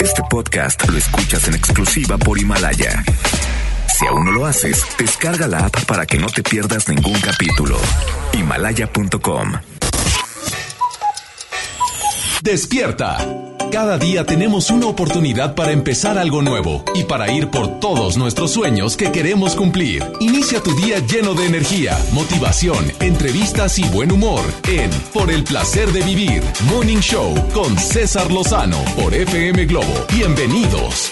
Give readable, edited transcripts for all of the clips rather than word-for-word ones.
Este podcast lo escuchas en exclusiva por Himalaya. Si aún no lo haces, descarga la app para que no te pierdas ningún capítulo. Himalaya.com. Despierta. Cada día tenemos una oportunidad para empezar algo nuevo y para ir por todos nuestros sueños que queremos cumplir. Inicia tu día lleno de energía, motivación, entrevistas y buen humor en Por el Placer de Vivir, Morning Show con César Lozano por FM Globo. Bienvenidos.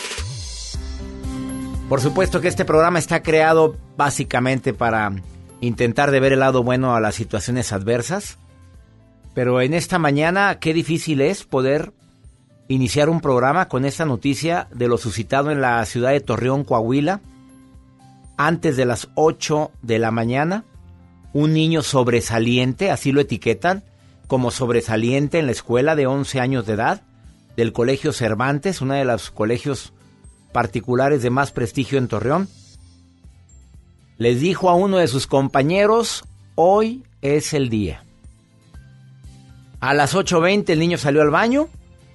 Por supuesto que este programa está creado básicamente para intentar de ver el lado bueno a las situaciones adversas. Pero en esta mañana, qué difícil es poder iniciar un programa con esta noticia de lo suscitado en la ciudad de Torreón, Coahuila. Antes de las 8 de la mañana, un niño sobresaliente, así lo etiquetan, como sobresaliente en la escuela de 11 años de edad, del Colegio Cervantes, uno de los colegios particulares de más prestigio en Torreón, les dijo a uno de sus compañeros: hoy es el día. A las 8:20 el niño salió al baño,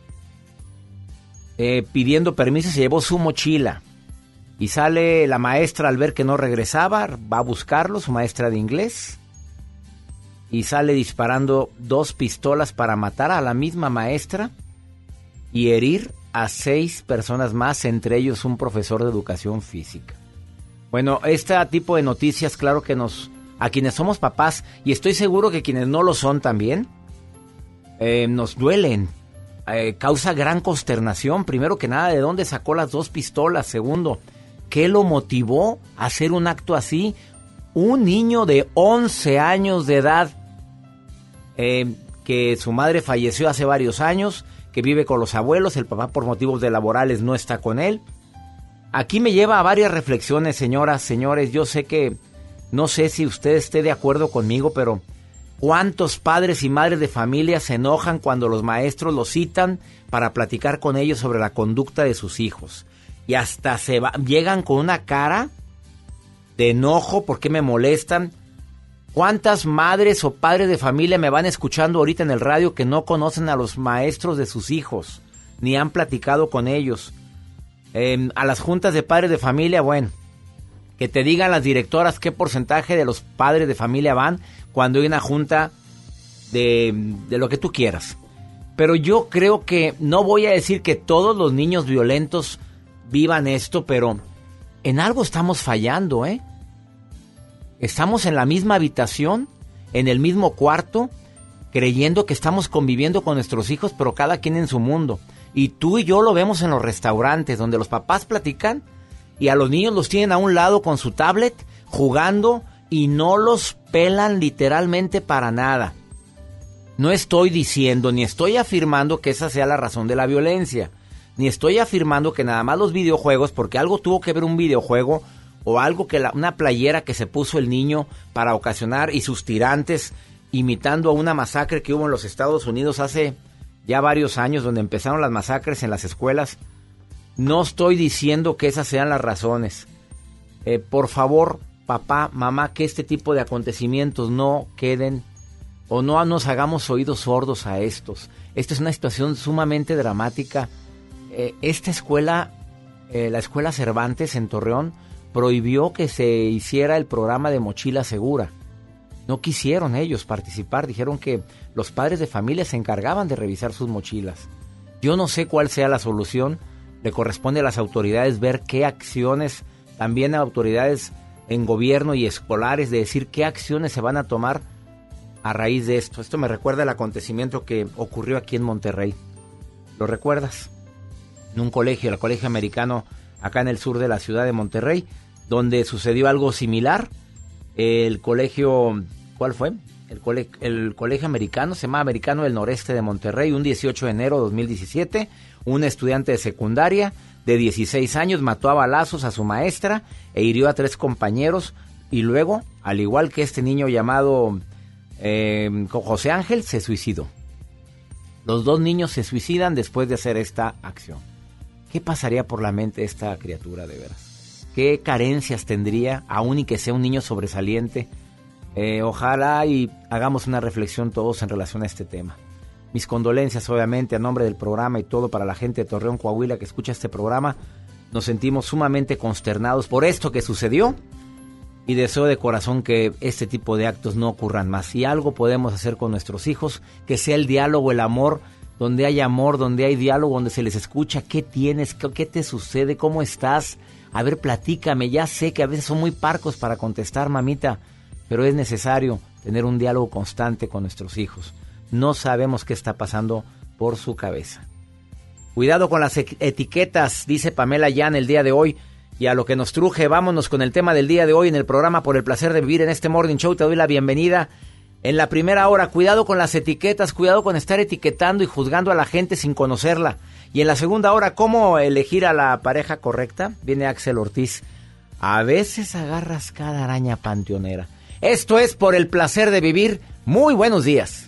pidiendo permiso, se llevó su mochila. Y sale la maestra al ver que no regresaba, va a buscarlo, su maestra de inglés. Y sale disparando 2 pistolas para matar a la misma maestra y herir a 6 personas más, entre ellos un profesor de educación física. Bueno, este tipo de noticias, claro que a quienes somos papás, y estoy seguro que quienes no lo son también, nos duelen, causa gran consternación. Primero que nada, ¿de dónde sacó las 2 pistolas? Segundo, ¿qué lo motivó a hacer un acto así? Un niño de 11 años de edad, que su madre falleció hace varios años, que vive con los abuelos, el papá por motivos de laborales no está con él. Aquí me lleva a varias reflexiones, señoras, señores. Yo sé que, no sé si usted esté de acuerdo conmigo, pero ¿cuántos padres y madres de familia se enojan cuando los maestros los citan para platicar con ellos sobre la conducta de sus hijos? Y hasta llegan con una cara de enojo, ¿por qué me molestan? ¿Cuántas madres o padres de familia me van escuchando ahorita en el radio que no conocen a los maestros de sus hijos, ni han platicado con ellos? A las juntas de padres de familia, bueno, que te digan las directoras qué porcentaje de los padres de familia van cuando hay una junta de lo que tú quieras. Pero yo creo que, no voy a decir que todos los niños violentos vivan esto, pero en algo estamos fallando, ¿eh? Estamos en la misma habitación, en el mismo cuarto, creyendo que estamos conviviendo con nuestros hijos, pero cada quien en su mundo. Y tú y yo lo vemos en los restaurantes, donde los papás platican y a los niños los tienen a un lado con su tablet, jugando, y no los pelan literalmente para nada. No estoy diciendo ni estoy afirmando que esa sea la razón de la violencia, ni estoy afirmando que nada más los videojuegos, porque algo tuvo que ver un videojuego o algo que una playera que se puso el niño para ocasionar, y sus tirantes imitando a una masacre que hubo en los Estados Unidos hace ya varios años, donde empezaron las masacres en las escuelas. No estoy diciendo que esas sean las razones. Por favor, papá, mamá, que este tipo de acontecimientos no queden, o no nos hagamos oídos sordos a estos. Esta es una situación sumamente dramática. Esta escuela, la escuela Cervantes en Torreón, prohibió que se hiciera el programa de mochila segura. No quisieron ellos participar, dijeron que los padres de familia se encargaban de revisar sus mochilas. Yo no sé cuál sea la solución, le corresponde a las autoridades ver qué acciones, también a autoridades en gobierno y escolares, de decir qué acciones se van a tomar a raíz de esto. Esto me recuerda el acontecimiento que ocurrió aquí en Monterrey. ¿Lo recuerdas? En un colegio, el Colegio Americano, acá en el sur de la ciudad de Monterrey, donde sucedió algo similar. El colegio, ¿cuál fue? El Colegio Americano, se llama Americano del Noreste de Monterrey, un 18 de enero de 2017, un estudiante de secundaria de 16 años mató a balazos a su maestra e hirió a 3 compañeros, y luego, al igual que este niño llamado José Ángel, se suicidó. Los 2 niños se suicidan después de hacer esta acción. ¿Qué pasaría por la mente de esta criatura, de veras? ¿Qué carencias tendría, aún y que sea un niño sobresaliente? Ojalá y hagamos una reflexión todos en relación a este tema. Mis condolencias, obviamente, a nombre del programa y todo para la gente de Torreón, Coahuila, que escucha este programa. Nos sentimos sumamente consternados por esto que sucedió y deseo de corazón que este tipo de actos no ocurran más. Si algo podemos hacer con nuestros hijos, que sea el diálogo, el amor, donde hay amor, donde hay diálogo, donde se les escucha. ¿Qué tienes? ¿Qué te sucede? ¿Cómo estás? A ver, platícame. Ya sé que a veces son muy parcos para contestar, mamita, pero es necesario tener un diálogo constante con nuestros hijos. No sabemos qué está pasando por su cabeza. Cuidado con las etiquetas, dice Pamela Yan el día de hoy. Y a lo que nos truje, vámonos con el tema del día de hoy en el programa Por el Placer de Vivir. En este Morning Show te doy la bienvenida. En la primera hora, cuidado con las etiquetas, cuidado con estar etiquetando y juzgando a la gente sin conocerla. Y en la segunda hora, ¿cómo elegir a la pareja correcta? Viene Axel Ortiz. A veces agarras cada araña panteonera. Esto es Por el Placer de Vivir. Muy buenos días.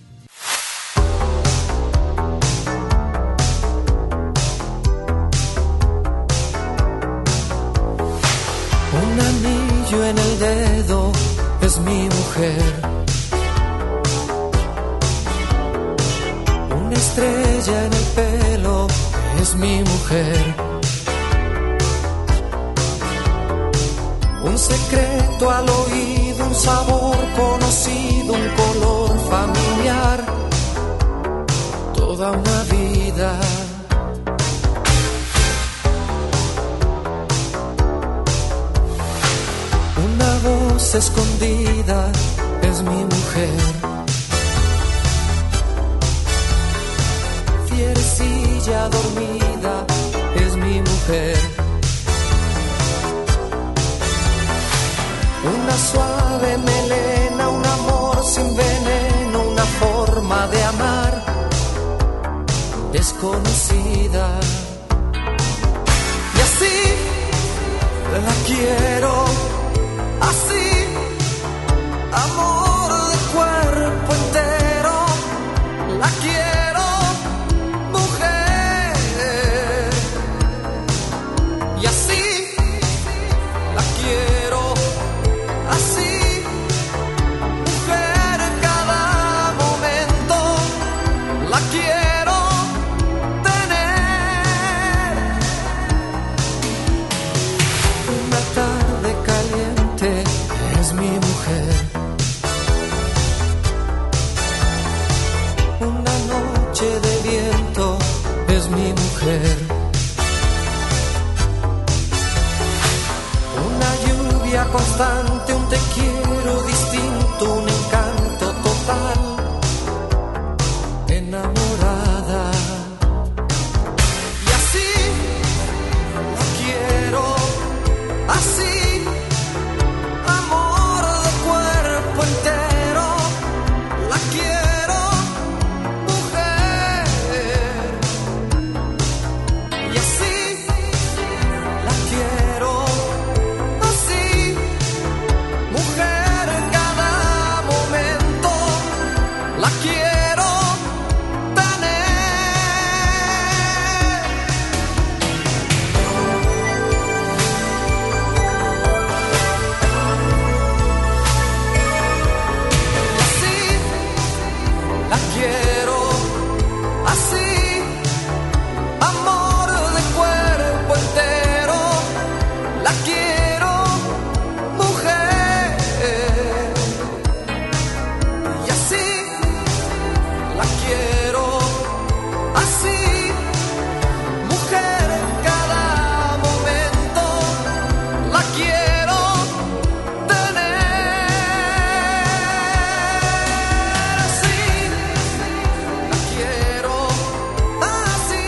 Un anillo en el dedo es mi mujer. Una estrella en el pelo es mi mujer. Un secreto al oído, un sabor conocido, un color familiar. Toda una vida. Una voz escondida es mi mujer. Fierecilla dormida es mi mujer. Una suave melena, un amor sin veneno, una forma de amar desconocida. Y así la quiero. Así, amor de cuerpo entero, la quiero, mujer. Y así, la quiero, así, mujer, cada momento, la quiero tener. Una tarde caliente es mi mujer. Una noche de viento es mi mujer. Una lluvia constante, un te quiero distinto, un encanto total. Enamorada. Y así la quiero, así. Amor de cuerpo entero, la quiero, mujer. Y así la quiero, así, mujer, cada momento, la quiero tener. La quiero, así, amor de cuerpo entero, la quiero, mujer. Y así, la quiero, así, mujer, cada momento, la quiero tener. Así, la quiero, así,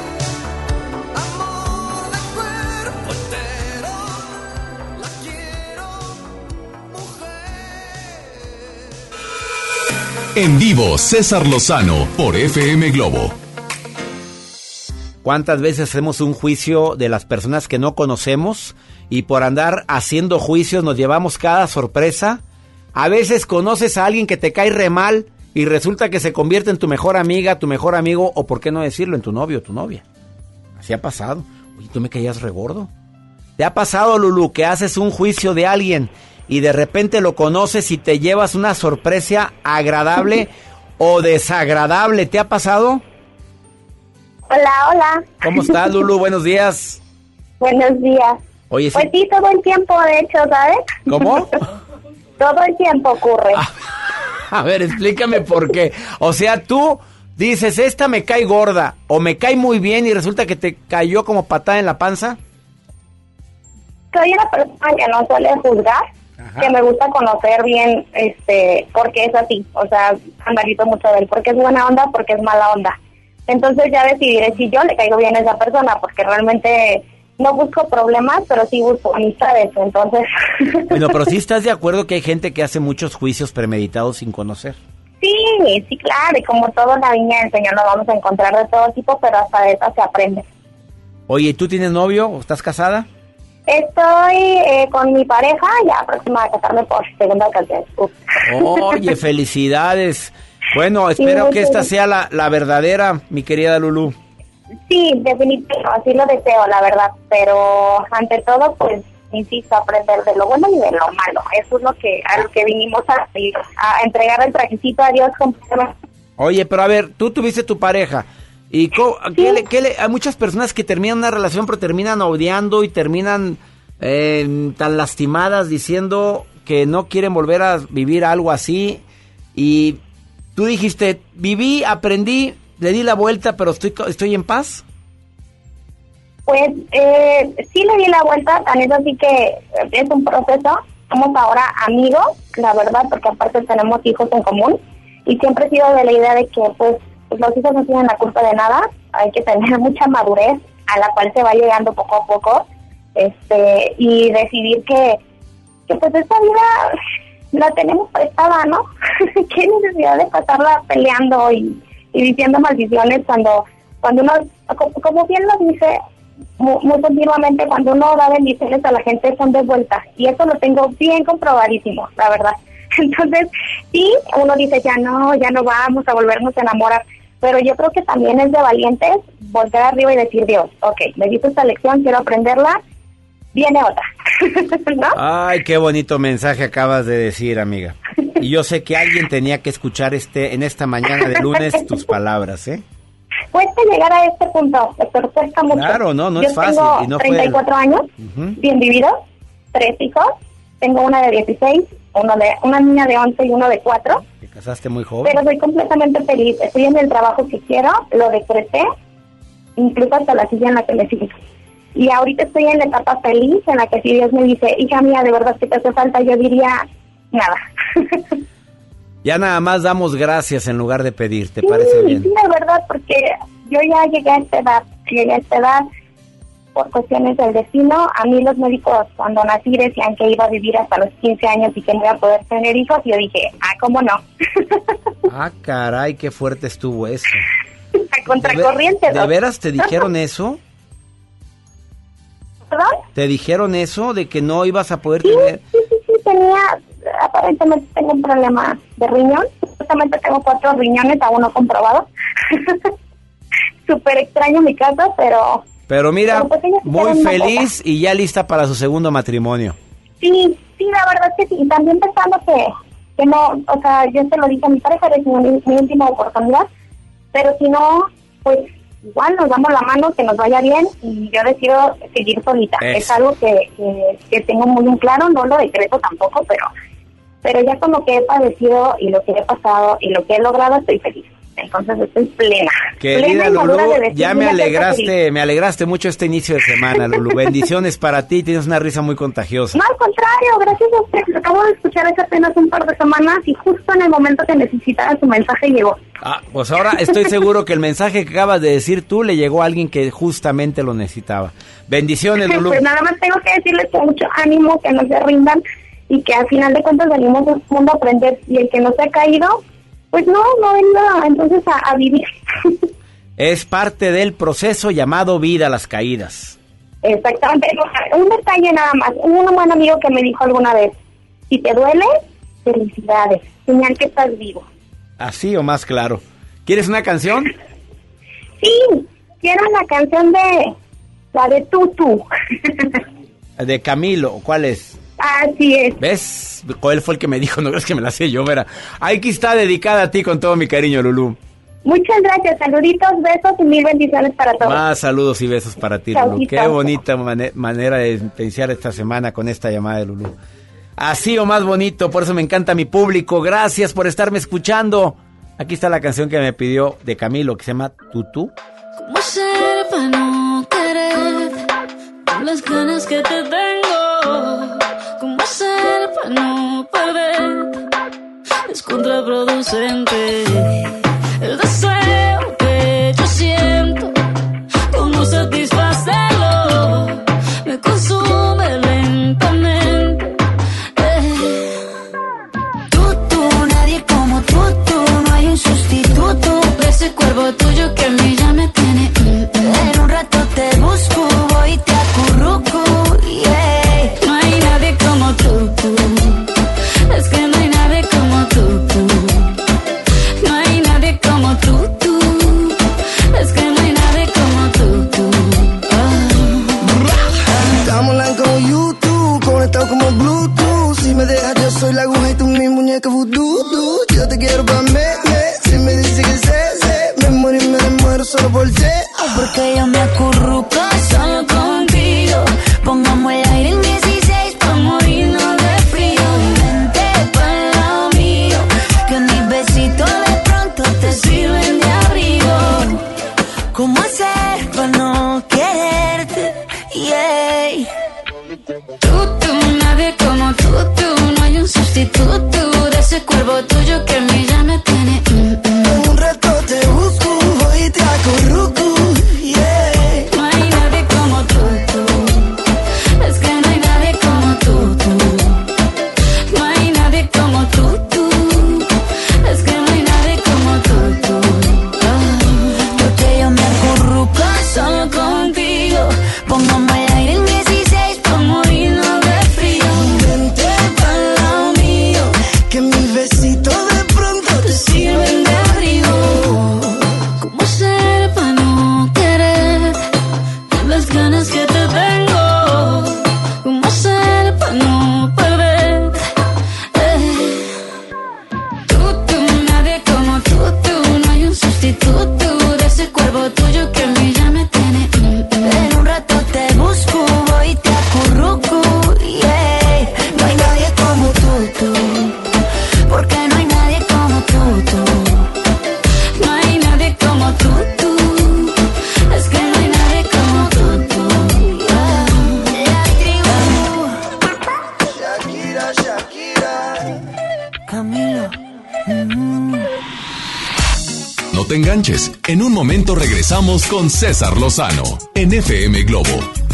amor de cuerpo entero, la quiero, mujer. En vivo, César Lozano por FM Globo. ¿Cuántas veces hacemos un juicio de las personas que no conocemos y por andar haciendo juicios nos llevamos cada sorpresa? A veces conoces a alguien que te cae re mal y resulta que se convierte en tu mejor amiga, tu mejor amigo, o por qué no decirlo, en tu novio o tu novia. Así ha pasado. Oye, tú me caías re gordo. ¿Te ha pasado, Lulu, que haces un juicio de alguien y de repente lo conoces y te llevas una sorpresa agradable o desagradable. ¿Te ha pasado? Hola, hola. ¿Cómo estás, Lulu? Buenos días. Buenos días. Oye, pues sí, todo el tiempo, de hecho, ¿sabes? ¿Cómo? Todo el tiempo ocurre. A ver, explícame por qué. O sea, tú dices, esta me cae gorda o me cae muy bien y resulta que te cayó como patada en la panza. Soy una persona que no suele juzgar, que me gusta conocer bien, porque es así. O sea, analizo mucho de él, porque es buena onda, porque es mala onda. Entonces ya decidiré si yo le caigo bien a esa persona, porque realmente no busco problemas, pero sí busco amistades, entonces... Bueno, pero sí estás de acuerdo que hay gente que hace muchos juicios premeditados sin conocer. Sí, claro, y como todo en la viña del Señor nos vamos a encontrar de todo tipo, pero hasta de eso se aprende. Oye, ¿tú tienes novio o estás casada? Estoy con mi pareja, ya próxima a casarme por segunda ocasión. Oye, felicidades. Bueno, espero que esta sea la verdadera, mi querida Lulú. Sí, definitivamente, así lo deseo, la verdad. Pero ante todo, pues, insisto, aprender de lo bueno y de lo malo. Eso es a lo que vinimos a entregar el trajecito a Dios. Oye, pero a ver, tú tuviste tu pareja. ¿Y hay muchas personas que terminan una relación, pero terminan odiando y terminan tan lastimadas diciendo que no quieren volver a vivir algo así? Y tú dijiste, viví, aprendí, le di la vuelta, pero estoy en paz. Pues sí le di la vuelta, tan es así que es un proceso. Somos ahora amigos, la verdad, porque aparte tenemos hijos en común. Y siempre he sido de la idea de que, pues, los hijos no tienen la culpa de nada. Hay que tener mucha madurez, a la cual se va llegando poco a poco. Y decidir que pues esta vida la tenemos prestada, ¿no? Qué necesidad de pasarla peleando y diciendo maldiciones cuando uno, como bien lo dice muy continuamente, cuando uno da bendiciones a la gente son de vuelta, y eso lo tengo bien comprobadísimo, la verdad. Entonces, sí, uno dice, ya no vamos a volvernos a enamorar, pero yo creo que también es de valientes volver arriba y decir, Dios, ok, me diste esta lección, quiero aprenderla, viene otra. ¿No? Ay, qué bonito mensaje acabas de decir, amiga. Y yo sé que alguien tenía que escuchar en esta mañana de lunes tus palabras, ¿eh? Cuesta llegar a este punto, pero cuesta mucho. Claro, no es fácil. Yo y no tengo 34 años, bien vividos, 3 hijos, tengo una de 16, una niña de 11 y uno de 4. Te casaste muy joven. Pero soy completamente feliz, estoy en el trabajo que quiero, lo decreté, incluso hasta la silla en la que me siento. Y ahorita estoy en la etapa feliz, en la que si Dios me dice, hija mía, de verdad que te hace falta, yo diría, nada. Ya nada más damos gracias en lugar de pedir, ¿te parece bien? Sí, de verdad, porque yo ya llegué a esta edad por cuestiones del destino. A mí los médicos cuando nací decían que iba a vivir hasta los 15 años y que no iba a poder tener hijos, y yo dije, ¿cómo no? Ah, caray, qué fuerte estuvo eso. A contracorriente. ¿De veras te dijeron eso? ¿Perdón? ¿Te dijeron eso de que no ibas a poder tener? Sí, aparentemente tengo un problema de riñón. Justamente tengo 4 riñones, aún no comprobado. Súper extraño mi caso, pero... Pero mira, pues muy feliz y ya lista para su segundo matrimonio. Sí, la verdad que sí. Y también pensando que no, o sea, yo se lo dije a mi pareja, es mi última oportunidad. Pero si no, pues igual nos damos la mano, que nos vaya bien, y yo decido seguir solita. Es algo que tengo muy en claro, no lo decreto tampoco, pero ya con lo que he padecido y lo que he pasado y lo que he logrado, estoy feliz. Entonces estoy plena. Querida Lulú, ya me alegraste mucho este inicio de semana, Lulú. Bendiciones para ti, tienes una risa muy contagiosa. No, al contrario, gracias a usted. Acabo de escuchar hace apenas un par de semanas y justo en el momento que necesitaba su mensaje llegó. Pues ahora estoy seguro que el mensaje que acabas de decir tú le llegó a alguien que justamente lo necesitaba. Bendiciones, Lulú. Pues nada más tengo que decirles con mucho ánimo, que no se rindan y que al final de cuentas venimos al mundo a aprender, y el que no se ha caído, pues no venga entonces a vivir. Es parte del proceso llamado vida, las caídas. Exactamente. Un detalle nada más. Un buen amigo que me dijo alguna vez, si te duele, felicidades, señal que estás vivo. Así o más claro. ¿Quieres una canción? Sí, quiero la canción la de Tutu. De Camilo, ¿cuál es? Así es. ¿Ves? Joel fue el que me dijo, no crees que me la sé yo, Vera. Aquí está dedicada a ti con todo mi cariño, Lulú. Muchas gracias, saluditos, besos y mil bendiciones para todos. Más saludos y besos para ti, Chau, Lulú. chau. Qué bonita manera de iniciar esta semana con esta llamada de Lulú. Así o más bonito, por eso me encanta mi público. Gracias por estarme escuchando. Aquí está la canción que me pidió de Camilo, que se llama Tutú. ¿Cómo ser para no querer con las ganas que te tengo? ¿Cómo ser para no perder? Es contraproducente el deseo que yo siento. ¿Cómo satisfacerlo? Me consume lentamente. Tú, nadie como tú, no hay un sustituto de ese cuerpo tuyo que a mí ya me tiene. En un rato te busco, voy y te acurruco, yeah. No hay nadie como tú. Es que no hay nadie como tú. No hay nadie como tú. Es que no hay nadie como tú. Estamos online como YouTube, conectados como Bluetooth. Si me dejas yo soy la aguja y tú mi muñeca voodoo. Yo te quiero pa' si me dice que sé, me muero y me muero solo por ti. Porque yo me acurruco solo contigo. Pongamos el aire en 16 pa' morirnos de frío. Vente pa'l lado mío, que mis besitos de pronto te sirven de abrigo. ¿Cómo hacer para no quererte? Yeah. Tú, nadie como tú, no hay un sustituto de ese cuerpo tuyo que a mí ya me tiene. En un rato te busco, voy y te acurruco, yeah. No hay nadie como tú. Es que no hay nadie como tú. No hay nadie como tú. Es que no hay nadie como tú. Porque yo me acurruco solo contigo. Pongamos el aire en 16 pa' morirnos de frío. Vente pa'l lado mío, que mis besitos de pronto te Sirven de abrigo. ¿Cómo ser para no querer con las ganas que te tengo? ¿Cómo ser para no perder? Tú, nadie como tú, no hay un sustituto de ese cuerpo tuyo que a mí ya me tiene. En un rato te busco, voy y te acurruco, yeah. No hay nadie como tú. Porque no hay nadie como tú. No hay nadie como tú. Es que no hay nadie como tú. La tribu. Shakira. Camilo. No te enganches. En un momento regresamos con César Lozano en FM Globo.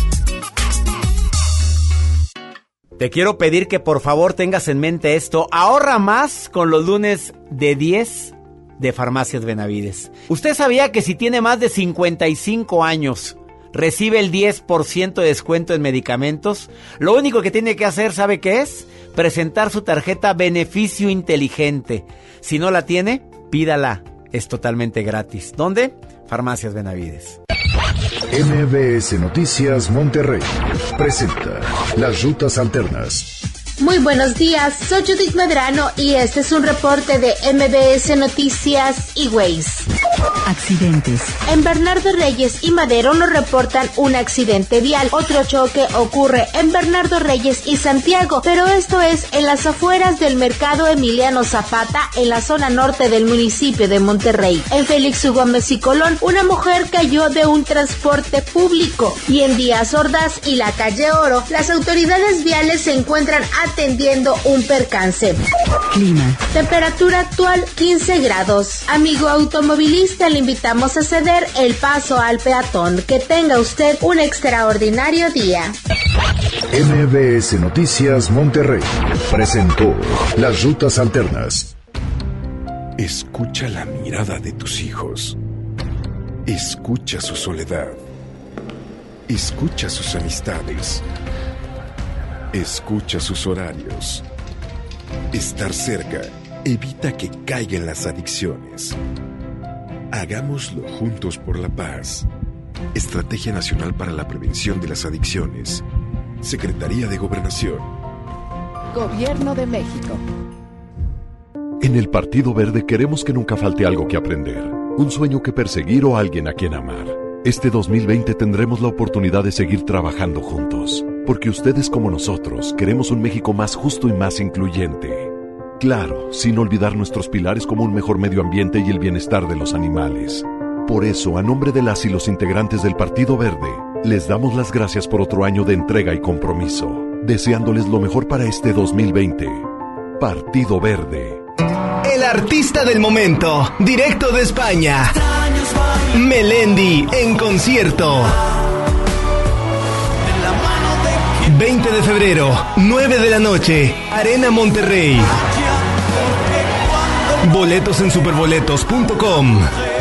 Te quiero pedir que por favor tengas en mente esto. Ahorra más con los lunes de 10 de Farmacias Benavides. ¿Usted sabía que si tiene más de 55 años, recibe el 10% de descuento en medicamentos? Lo único que tiene que hacer, ¿sabe qué es? Presentar su tarjeta Beneficio Inteligente. Si no la tiene, pídala. Es totalmente gratis. ¿Dónde? Farmacias Benavides. MBS Noticias Monterrey presenta Las Rutas Alternas. Muy buenos días, soy Judith Medrano y este es un reporte de MBS Noticias y Waze. Accidentes. En Bernardo Reyes y Madero nos reportan un accidente vial. Otro choque ocurre en Bernardo Reyes y Santiago, pero esto es en las afueras del mercado Emiliano Zapata, en la zona norte del municipio de Monterrey. En Félix U. Gómez y Colón, una mujer cayó de un transporte público. Y en Díaz Ordaz y la calle Oro, las autoridades viales se encuentran atendiendo un percance. Clima. Temperatura actual 15 grados. Amigo automovilista, le invitamos a ceder el paso al peatón. Que tenga usted un extraordinario día. MBS Noticias Monterrey presentó Las Rutas Alternas. Escucha la mirada de tus hijos. Escucha su soledad. Escucha sus amistades. Escucha sus horarios. Estar cerca evita que caigan las adicciones. Hagámoslo juntos por la paz. Estrategia Nacional para la Prevención de las Adicciones. Secretaría de Gobernación. Gobierno de México. En el Partido Verde queremos que nunca falte algo que aprender, un sueño que perseguir o alguien a quien amar. Este 2020 tendremos la oportunidad de seguir trabajando juntos, porque ustedes como nosotros queremos un México más justo y más incluyente. Claro, sin olvidar nuestros pilares como un mejor medio ambiente y el bienestar de los animales. Por eso, a nombre de las y los integrantes del Partido Verde, les damos las gracias por otro año de entrega y compromiso, deseándoles lo mejor para este 2020. Partido Verde. El artista del momento, directo de España. Melendi en concierto. 20 de febrero, 9 de la noche, Arena Monterrey. Boletos en superboletos.com.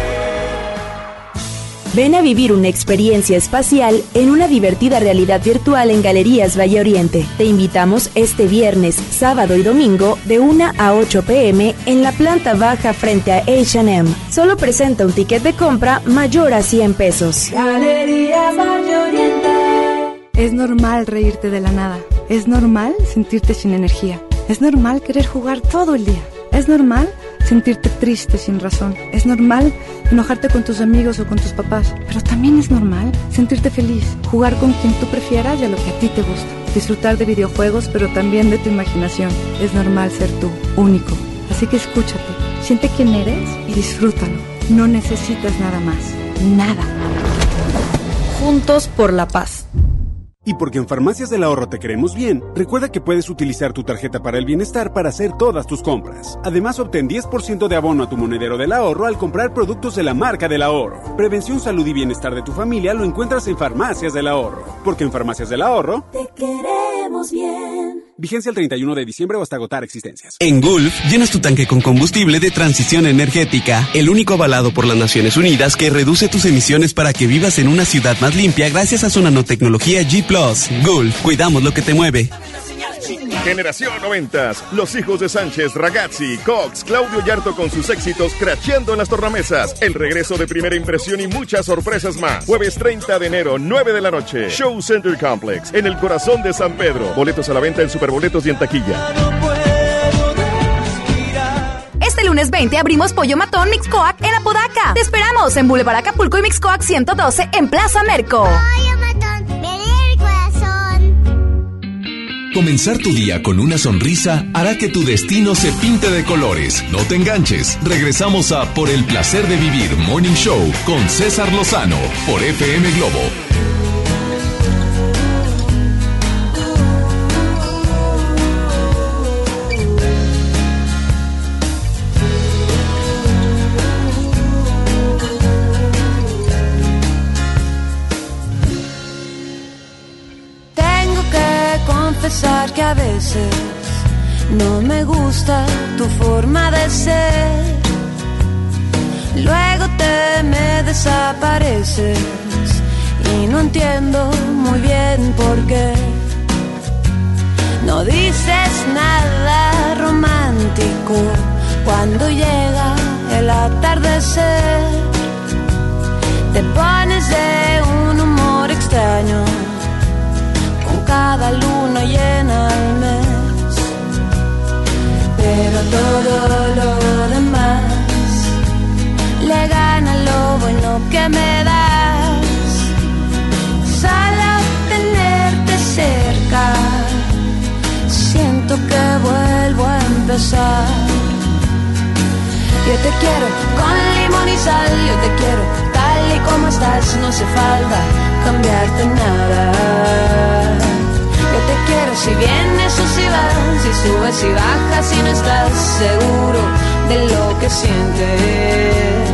Ven a vivir una experiencia espacial en una divertida realidad virtual en Galerías Valle Oriente. Te invitamos este viernes, sábado y domingo de 1 a 8 p.m. en la planta baja frente a H&M. Solo presenta un ticket de compra mayor a 100 pesos. Galerías Valle Oriente. Es normal reírte de la nada. Es normal sentirte sin energía. Es normal querer jugar todo el día. Es normal sentirte triste sin razón. Es normal enojarte con tus amigos o con tus papás. Pero también es normal sentirte feliz, jugar con quien tú prefieras y a lo que a ti te gusta. Disfrutar de videojuegos, pero también de tu imaginación. Es normal ser tú, único. Así que escúchate, siente quién eres y disfrútalo. No necesitas nada más. Nada. Juntos por la paz. Y porque en Farmacias del Ahorro te queremos bien, recuerda que puedes utilizar tu tarjeta para el bienestar para hacer todas tus compras. Además, obtén 10% de abono a tu monedero del ahorro al comprar productos de la marca del ahorro. Prevención, salud y bienestar de tu familia lo encuentras en Farmacias del Ahorro. Porque en Farmacias del Ahorro te queremos bien. Vigencia el 31 de diciembre o hasta agotar existencias. En Gulf, llenas tu tanque con combustible de transición energética, el único avalado por las Naciones Unidas que reduce tus emisiones para que vivas en una ciudad más limpia gracias a su nanotecnología G+. Gulf, cuidamos lo que te mueve. Generación 90s, los hijos de Sánchez, Ragazzi, Cox, Claudio Yarto con sus éxitos cracheando en las tornamesas, el regreso de Primera Impresión y muchas sorpresas más. Jueves 30 de enero, 9 de la noche, Show Center Complex, en el corazón de San Pedro. Boletos a la venta en Superboletos y en taquilla. Este lunes 20 abrimos Pollo Matón Mixcoac en Apodaca. Te esperamos en Boulevard Acapulco y Mixcoac 112 en Plaza Merco. Comenzar tu día con una sonrisa hará que tu destino se pinte de colores. No te enganches. Regresamos a Por el Placer de Vivir Morning Show con César Lozano por FM Globo. Confesar que a veces no me gusta tu forma de ser. Luego te me desapareces y no entiendo muy bien por qué. No dices nada romántico cuando llega el atardecer. Te pones de un humor extraño cada luna llena al mes, pero todo lo demás le gana lo bueno que me das. Solo tenerte cerca, siento que vuelvo a empezar. Yo te quiero con limón y sal, yo te quiero tal y como estás, no hace falta cambiarte nada. Yo te quiero si vienes o si vas, si subes y bajas y no estás seguro de lo que sientes.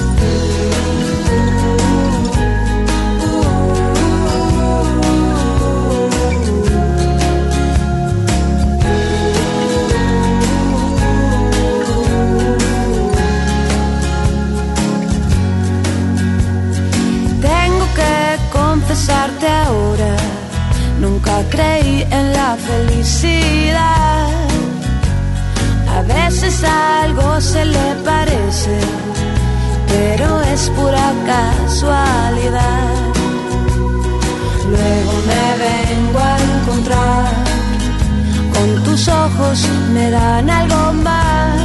Tengo que confesarte ahora, nunca creí en la felicidad. A veces algo se le parece, pero es pura casualidad. Luego me vengo a encontrar con tu tus ojos me dan algo más.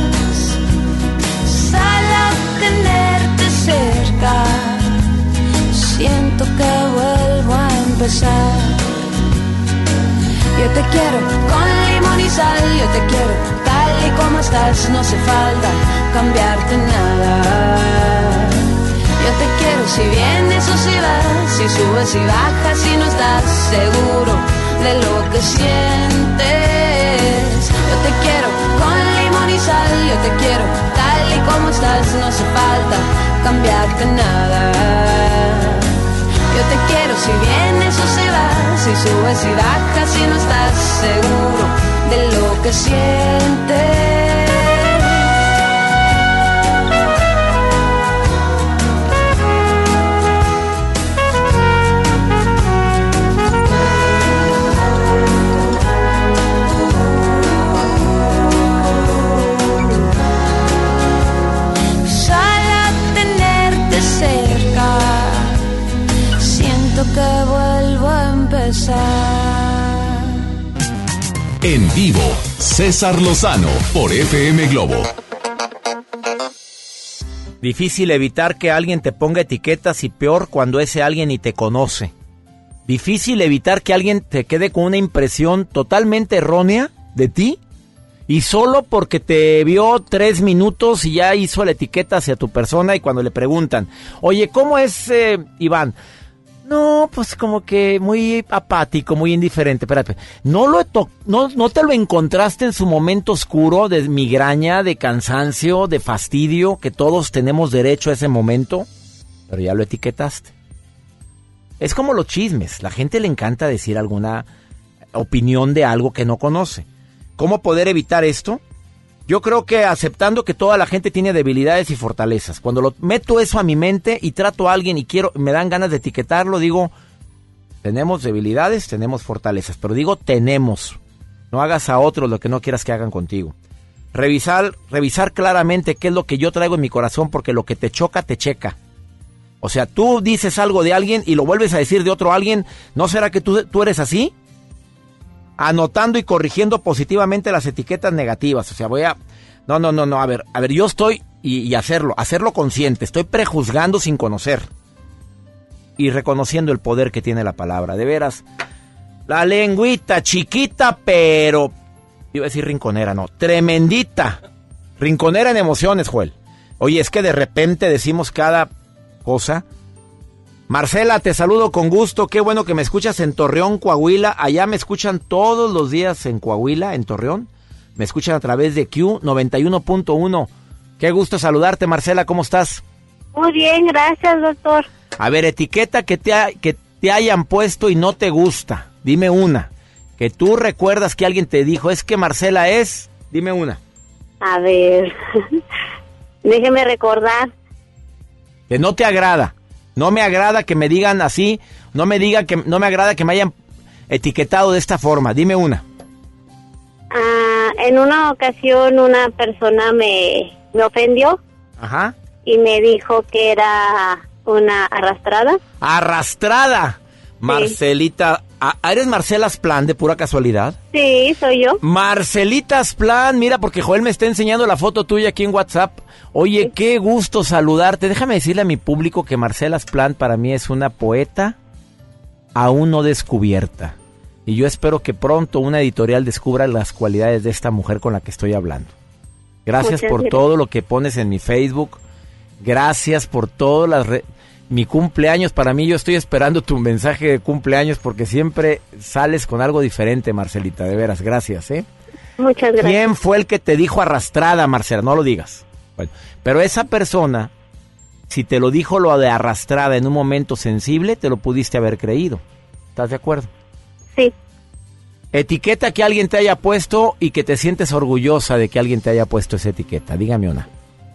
Sal a tenerte cerca, siento que vuelvo a empezar. Yo te quiero con limón y sal, yo te quiero tal y como estás, no hace falta cambiarte nada. Yo te quiero si vienes o si vas, si subes y bajas y no estás seguro de lo que sientes. Yo te quiero con limón y sal, yo te quiero tal y como estás, no hace falta cambiarte nada. Yo te quiero si vienes o si vas, si subes y bajas y no estás seguro de lo que sientes. Que vuelvo a empezar. En vivo, César Lozano por FM Globo. Difícil evitar que alguien te ponga etiquetas y peor cuando ese alguien ni te conoce. Difícil evitar que alguien te quede con una impresión totalmente errónea de ti y solo porque te vio 3 minutos y ya hizo la etiqueta hacia tu persona y cuando le preguntan, oye, ¿cómo es Iván? No, pues como que muy apático, muy indiferente. Espérate, ¿no te lo encontraste en su momento oscuro de migraña, de cansancio, de fastidio, que todos tenemos derecho a ese momento? Pero ya lo etiquetaste. Es como los chismes. La gente le encanta decir alguna opinión de algo que no conoce. ¿Cómo poder evitar esto? Yo creo que aceptando que toda la gente tiene debilidades y fortalezas. Cuando lo meto eso a mi mente y trato a alguien y me dan ganas de etiquetarlo, digo, tenemos debilidades, tenemos fortalezas. Pero digo, tenemos. No hagas a otros lo que no quieras que hagan contigo. Revisar claramente qué es lo que yo traigo en mi corazón, porque lo que te choca, te checa. O sea, tú dices algo de alguien y lo vuelves a decir de otro alguien. ¿No será que tú eres así? Anotando y corrigiendo positivamente las etiquetas negativas. O sea, No, a ver, yo estoy, y hacerlo consciente. Estoy prejuzgando sin conocer. Y reconociendo el poder que tiene la palabra. De veras, la lengüita chiquita, pero... iba a decir rinconera, no, tremendita. Rinconera en emociones, Joel. Oye, es que de repente decimos cada cosa... Marcela, te saludo con gusto, qué bueno que me escuchas en Torreón, Coahuila. Allá me escuchan todos los días en Coahuila, en Torreón. Me escuchan a través de Q 91.1. Qué gusto saludarte, Marcela, ¿cómo estás? Muy bien, gracias, doctor. A ver, etiqueta que te hayan puesto y no te gusta. Dime una. Que tú recuerdas que alguien te dijo, es que Marcela es... Dime una. A ver, déjeme recordar. Que no te agrada. No me agrada que me digan así, no me agrada que me hayan etiquetado de esta forma. Dime una. En una ocasión una persona me ofendió. Ajá. Y me dijo que era una arrastrada. ¡Arrastrada! Sí. Marcelita, ¿eres Marcela Splan de pura casualidad? Sí, soy yo. Marcelita Splan, mira, porque Joel me está enseñando la foto tuya aquí en WhatsApp. Oye, qué gusto saludarte. Déjame decirle a mi público que Marcela Splan para mí es una poeta aún no descubierta. Y yo espero que pronto una editorial descubra las cualidades de esta mujer con la que estoy hablando. Gracias por todo lo que pones en mi Facebook. Gracias por todo mi cumpleaños. Para mí, yo estoy esperando tu mensaje de cumpleaños porque siempre sales con algo diferente, Marcelita. De veras, gracias, ¿eh? Muchas gracias. ¿Quién fue el que te dijo arrastrada, Marcela? No lo digas. Bueno, pero esa persona, si te lo dijo lo de arrastrada en un momento sensible, te lo pudiste haber creído. ¿Estás de acuerdo? Sí. Etiqueta que alguien te haya puesto y que te sientes orgullosa de que alguien te haya puesto esa etiqueta. Dígame una.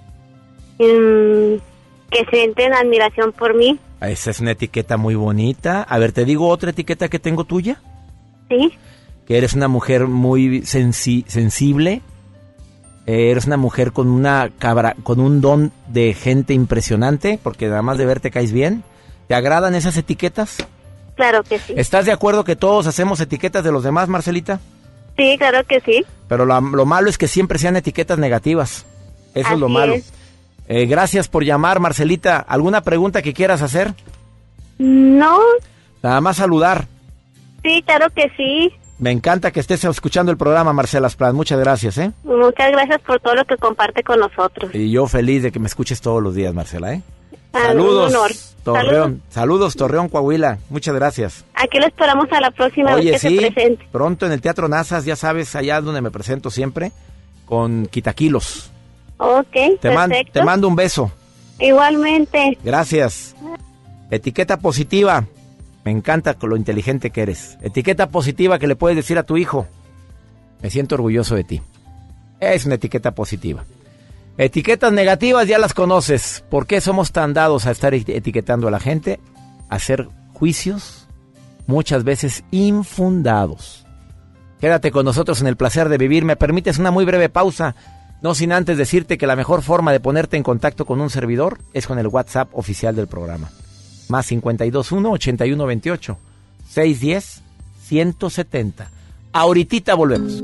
Que sienten admiración por mí. Esa es una etiqueta muy bonita. A ver, ¿te digo otra etiqueta que tengo tuya? Sí. Que eres una mujer muy sensible. Eres una mujer con un don de gente impresionante, porque nada más de verte caes bien. ¿Te agradan esas etiquetas? Claro que sí. ¿Estás de acuerdo que todos hacemos etiquetas de los demás, Marcelita? Sí, claro que sí. Pero lo malo es que siempre sean etiquetas negativas. Eso Así es lo malo. es. Gracias por llamar, Marcelita. ¿Alguna pregunta que quieras hacer? No, Nada más saludar. sí, claro que sí. Me encanta que estés escuchando el programa, Marcela Asplan. Muchas gracias, ¿eh? Muchas gracias por todo lo que comparte con nosotros. Y yo feliz de que me escuches todos los días, Marcela, ¿eh? Ah, Saludos, un honor. Torreón. Saludos, Torreón, Coahuila. Muchas gracias. Aquí lo esperamos a la próxima Oye, vez que sí, se presente. pronto en el Teatro Nazas, ya sabes, allá donde me presento siempre, con Quitaquilos. Ok, perfecto. Te mando un beso. Igualmente. Gracias. Etiqueta positiva. Me encanta lo inteligente que eres. Etiqueta positiva que le puedes decir a tu hijo. Me siento orgulloso de ti. Es una etiqueta positiva. Etiquetas negativas ya las conoces. ¿Por qué somos tan dados a estar etiquetando a la gente? A hacer juicios, muchas veces infundados. Quédate con nosotros en el placer de vivir. ¿Me permites una muy breve pausa? No sin antes decirte que la mejor forma de ponerte en contacto con un servidor es con el WhatsApp oficial del programa. Más 521-8128-610-170. Ahorita volvemos.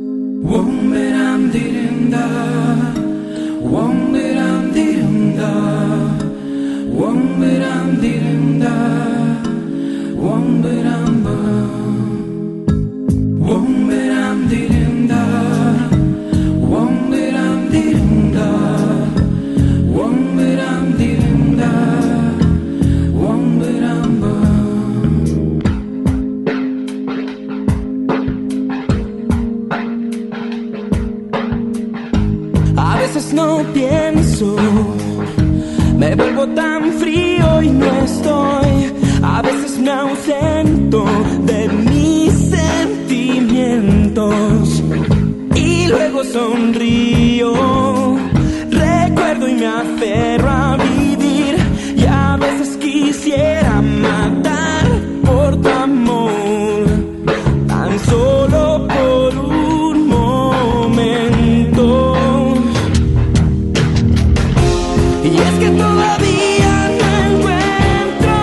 A veces no pienso, me vuelvo tan frío y no estoy. A veces me ausento de mis sentimientos y luego sonrío. Recuerdo y me aferro a vivir y a veces quisiera matar por tu amor, tan solo por un momento. Y es que todavía no encuentro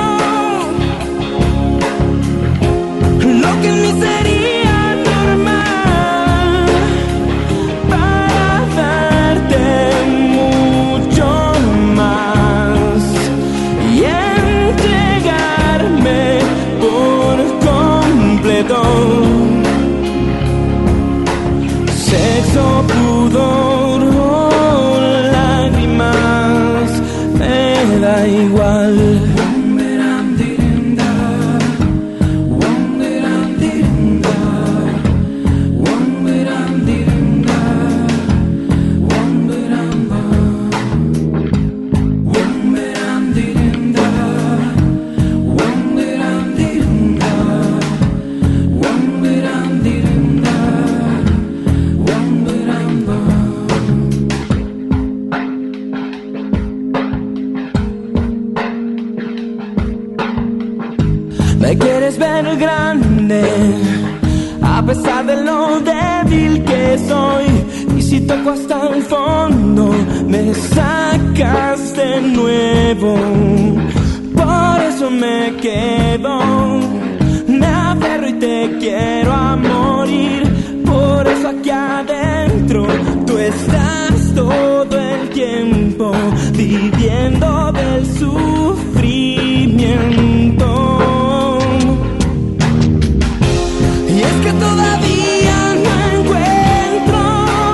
lo que en mí sería normal para darte mucho más y entregarme por completo. Sexo, pudor o lágrimas, me da igual. Me quieres ver grande, a pesar de lo débil que soy. Y si toco hasta el fondo, me sacas de nuevo. Por eso me quedo, me aferro y te quiero a morir. Por eso aquí adentro tú estás todo el tiempo, viviendo del sufrimiento. Y es que todavía no encuentro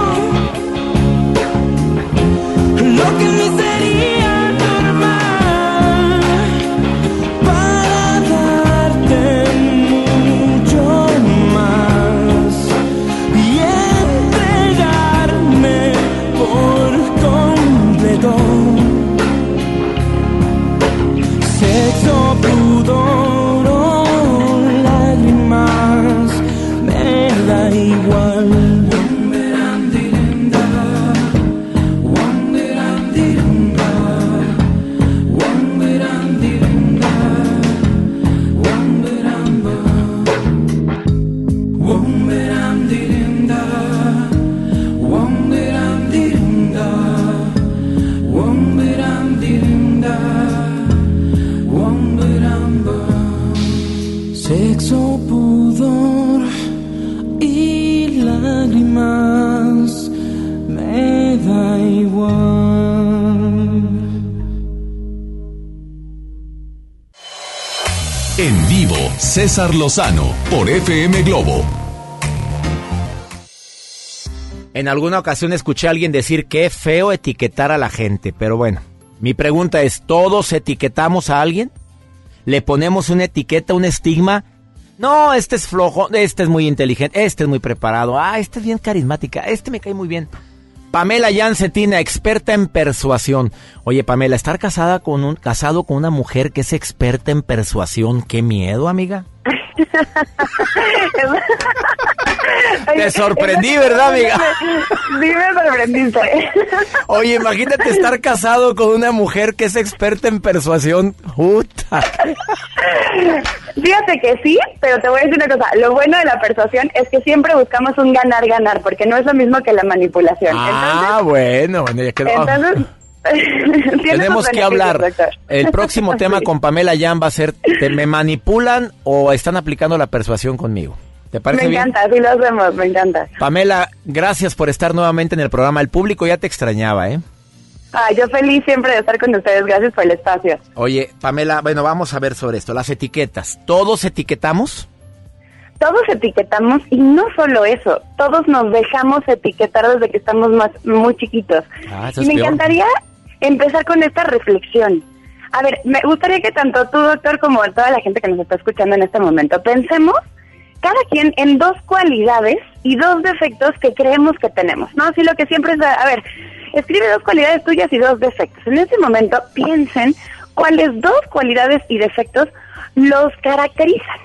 lo que en mí sería normal para darte mucho más y entregarme por completo. Sexo, pudor o lágrimas, me da igual. Sexo, pudor y la lágrimas, me da igual. En vivo, César Lozano por FM Globo. En alguna ocasión escuché a alguien decir que es feo etiquetar a la gente, pero bueno, mi pregunta es, ¿todos etiquetamos a alguien? ¿Le ponemos una etiqueta, un estigma? No, este es flojo, este es muy inteligente, este es muy preparado, este es bien carismática, este me cae muy bien. Pamela Jancetina, experta en persuasión. Oye, Pamela, estar casado con una mujer que es experta en persuasión, qué miedo, amiga. Te sorprendí, ¿verdad, amiga? Sí, me sorprendiste. Oye, imagínate estar casado con una mujer que es experta en persuasión. Puta. Fíjate que sí, pero te voy a decir una cosa. Lo bueno de la persuasión es que siempre buscamos un ganar-ganar, porque no es lo mismo que la manipulación. Bueno, ya quedó. Entonces, tenemos que hablar. Doctor. El próximo tema con Pamela Yan va a ser, ¿me manipulan o están aplicando la persuasión conmigo? ¿Te parece bien? Me encanta, sí lo hacemos, me encanta. Pamela, gracias por estar nuevamente en el programa. El público ya te extrañaba, ¿eh? Yo feliz siempre de estar con ustedes. Gracias por el espacio. Oye, Pamela, bueno, vamos a ver sobre esto. Las etiquetas. ¿Todos etiquetamos? Todos etiquetamos, y no solo eso, todos nos dejamos etiquetar desde que estamos muy chiquitos. Eso y es me peor. encantaría empezar con esta reflexión. A ver, me gustaría que tanto tú, doctor, como toda la gente que nos está escuchando en este momento, pensemos cada quien en 2 cualidades y 2 defectos que creemos que tenemos, ¿no? Así lo que siempre es, a ver, escribe 2 cualidades tuyas y 2 defectos. En este momento piensen cuáles 2 cualidades y defectos los caracterizan.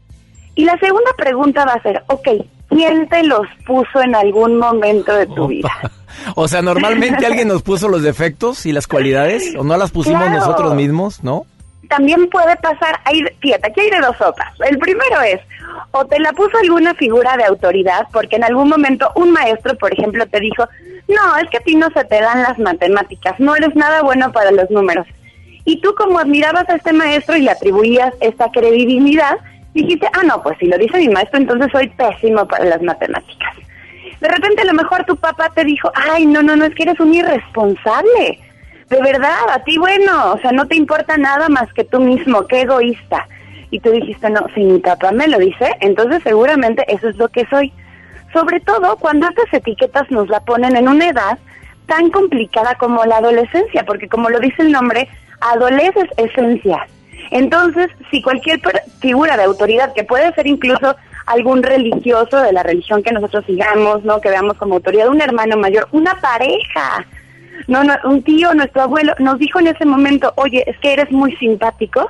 Y la segunda pregunta va a ser, ¿quién te los puso en algún momento de tu vida? O sea, normalmente alguien nos puso los defectos y las cualidades, o no las pusimos nosotros mismos, ¿no? También puede pasar, fíjate, aquí hay de 2 sopas. El primero es, o te la puso alguna figura de autoridad, porque en algún momento un maestro, por ejemplo, te dijo, no, es que a ti no se te dan las matemáticas, no eres nada bueno para los números. Y tú, como admirabas a este maestro y le atribuías esta credibilidad, dijiste, no, pues si lo dice mi maestro, entonces soy pésimo para las matemáticas. De repente a lo mejor tu papá te dijo, no, es que eres un irresponsable. De verdad, a ti, bueno, o sea, no te importa nada más que tú mismo, qué egoísta. Y tú dijiste, no, si mi papá me lo dice, entonces seguramente eso es lo que soy. Sobre todo cuando estas etiquetas nos la ponen en una edad tan complicada como la adolescencia, porque como lo dice el nombre, adoleces esencia. Entonces, si cualquier figura de autoridad, que puede ser incluso algún religioso de la religión que nosotros sigamos, ¿no? Que veamos como autoridad, un hermano mayor, una pareja, no, un tío, nuestro abuelo, nos dijo en ese momento, oye, es que eres muy simpático.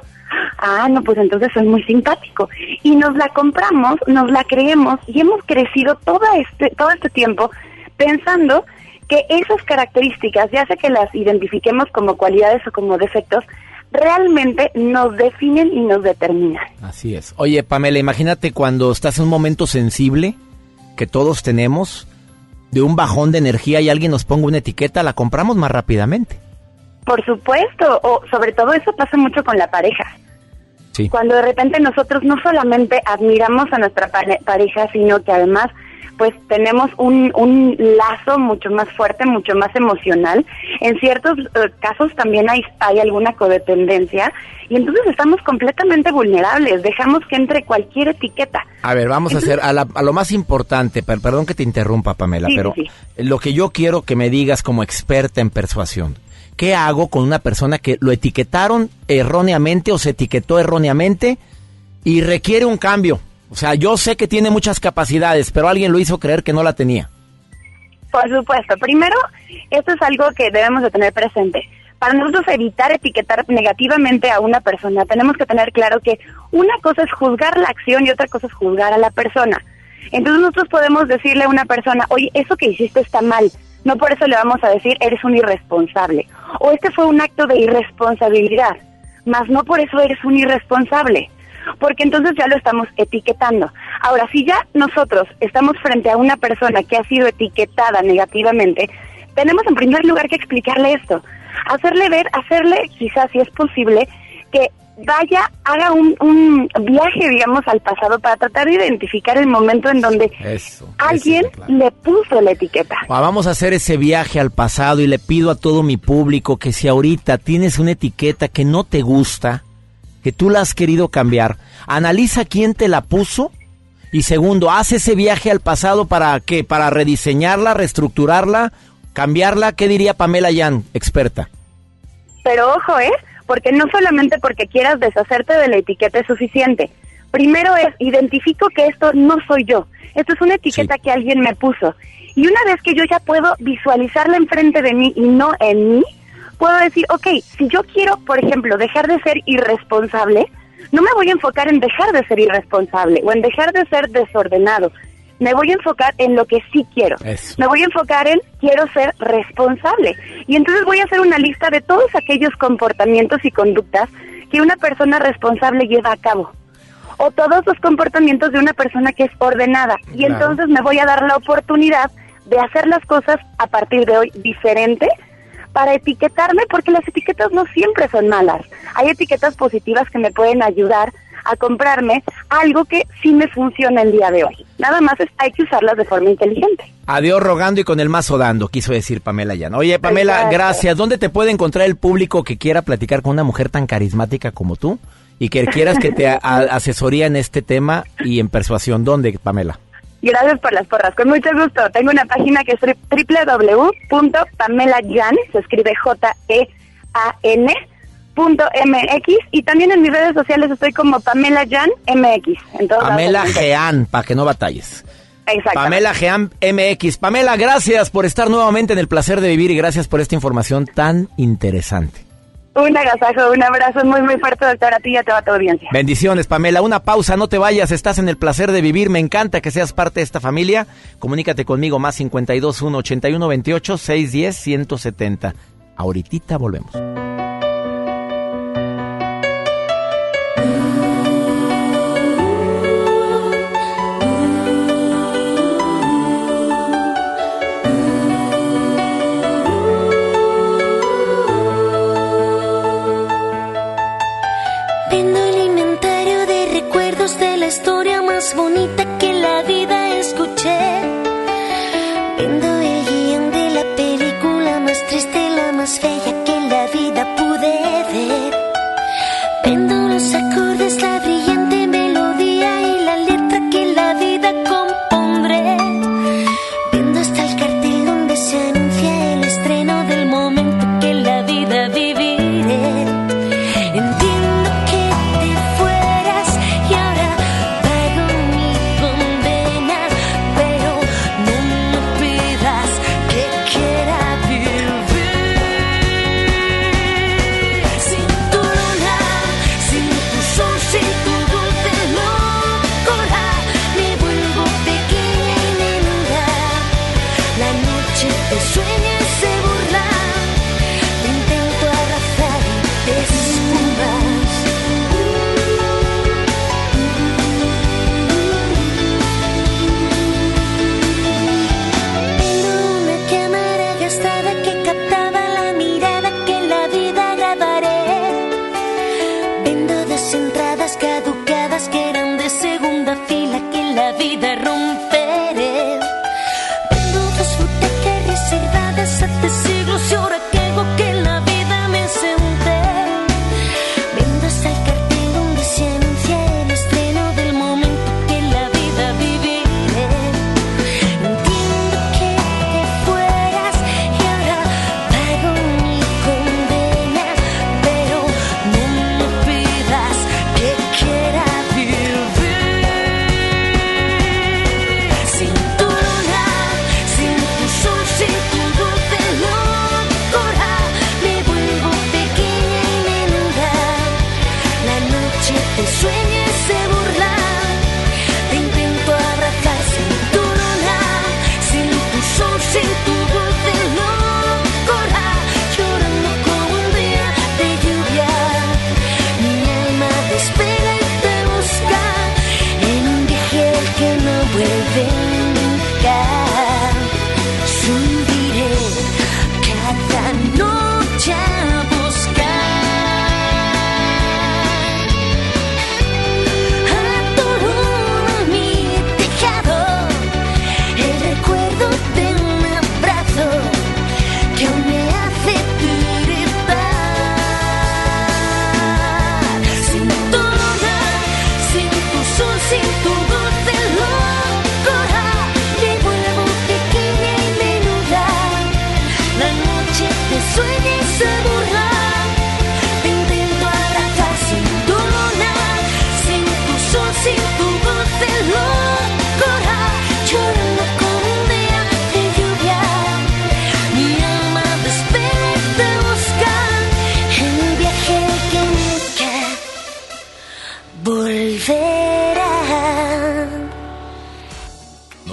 No, pues entonces soy muy simpático. Y nos la compramos, nos la creemos y hemos crecido todo este tiempo pensando que esas características, ya sea que las identifiquemos como cualidades o como defectos, realmente nos definen y nos determinan. Así es. Oye, Pamela, imagínate cuando estás en un momento sensible, que todos tenemos, de un bajón de energía y alguien nos ponga una etiqueta, la compramos más rápidamente. Por supuesto, o sobre todo eso pasa mucho con la pareja. Sí. Cuando de repente nosotros no solamente admiramos a nuestra pareja, sino que además pues tenemos un lazo mucho más fuerte, mucho más emocional. En ciertos casos también hay alguna codependencia y entonces estamos completamente vulnerables, dejamos que entre cualquier etiqueta. A ver, vamos a hacer a lo más importante, perdón que te interrumpa, Pamela, pero lo que yo quiero que me digas como experta en persuasión, ¿qué hago con una persona que lo etiquetaron erróneamente o se etiquetó erróneamente y requiere un cambio? O sea, yo sé que tiene muchas capacidades, pero alguien lo hizo creer que no la tenía. Por supuesto. Primero, esto es algo que debemos de tener presente. Para nosotros evitar etiquetar negativamente a una persona, tenemos que tener claro que una cosa es juzgar la acción y otra cosa es juzgar a la persona. Entonces nosotros podemos decirle a una persona, oye, eso que hiciste está mal. No por eso le vamos a decir, eres un irresponsable. O este fue un acto de irresponsabilidad. Mas no por eso eres un irresponsable. Porque entonces ya lo estamos etiquetando. Ahora, si ya nosotros estamos frente a una persona que ha sido etiquetada negativamente, tenemos en primer lugar que explicarle esto. Hacerle quizás si es posible, que haga un viaje, digamos, al pasado para tratar de identificar el momento en donde alguien le puso la etiqueta. Vamos a hacer ese viaje al pasado y le pido a todo mi público que si ahorita tienes una etiqueta que no te gusta, que tú la has querido cambiar, analiza quién te la puso y segundo, haz ese viaje al pasado ¿para qué? Para rediseñarla, reestructurarla, cambiarla. ¿Qué diría Pamela Yan, experta? Pero ojo, porque no solamente porque quieras deshacerte de la etiqueta es suficiente. Primero identifico que esto no soy yo. Esto es una etiqueta que alguien me puso. Y una vez que yo ya puedo visualizarla enfrente de mí y no en mí, puedo decir, ok, si yo quiero, por ejemplo, dejar de ser irresponsable, no me voy a enfocar en dejar de ser irresponsable o en dejar de ser desordenado. Me voy a enfocar en lo que sí quiero. Eso. Me voy a enfocar en quiero ser responsable. Y entonces voy a hacer una lista de todos aquellos comportamientos y conductas que una persona responsable lleva a cabo. O todos los comportamientos de una persona que es ordenada. Y entonces me voy a dar la oportunidad de hacer las cosas a partir de hoy diferente para etiquetarme, porque las etiquetas no siempre son malas. Hay etiquetas positivas que me pueden ayudar a comprarme algo que sí me funciona el día de hoy. Nada más hay que usarlas de forma inteligente. Adiós rogando y con el mazo dando, quiso decir Pamela Yan. Oye, Pamela, exacto, gracias. ¿Dónde te puede encontrar el público que quiera platicar con una mujer tan carismática como tú y que quieras que te asesoría en este tema y en persuasión? ¿Dónde, Pamela? Gracias por las porras, con mucho gusto. Tengo una página que es www.pamelayan, se escribe JEAN.mx, y también en mis redes sociales estoy como Pamela Yan MX. Pamela Jean, para que no batalles. Exacto. Pamela Jean MX. Pamela, gracias por estar nuevamente en El Placer de Vivir y gracias por esta información tan interesante. Un agasajo, un abrazo muy muy fuerte, doctora, a ti y a toda tu audiencia. Bendiciones, Pamela. Una pausa, no te vayas, estás en El Placer de Vivir. Me encanta que seas parte de esta familia. Comunícate conmigo, más 521 81 28 610 170. Ahoritita volvemos. Historia más bonita que la vida escuché. Viendo el guión de la película más triste, la más bella que en la vida pude ver. Viendo los acordes, la brillante melodía y la letra que en la vida compondré. Viendo hasta el cartel donde se anuncia el estreno del momento que en la vida viviré. Entiendo que te fueras y ahora pago mi condena, pero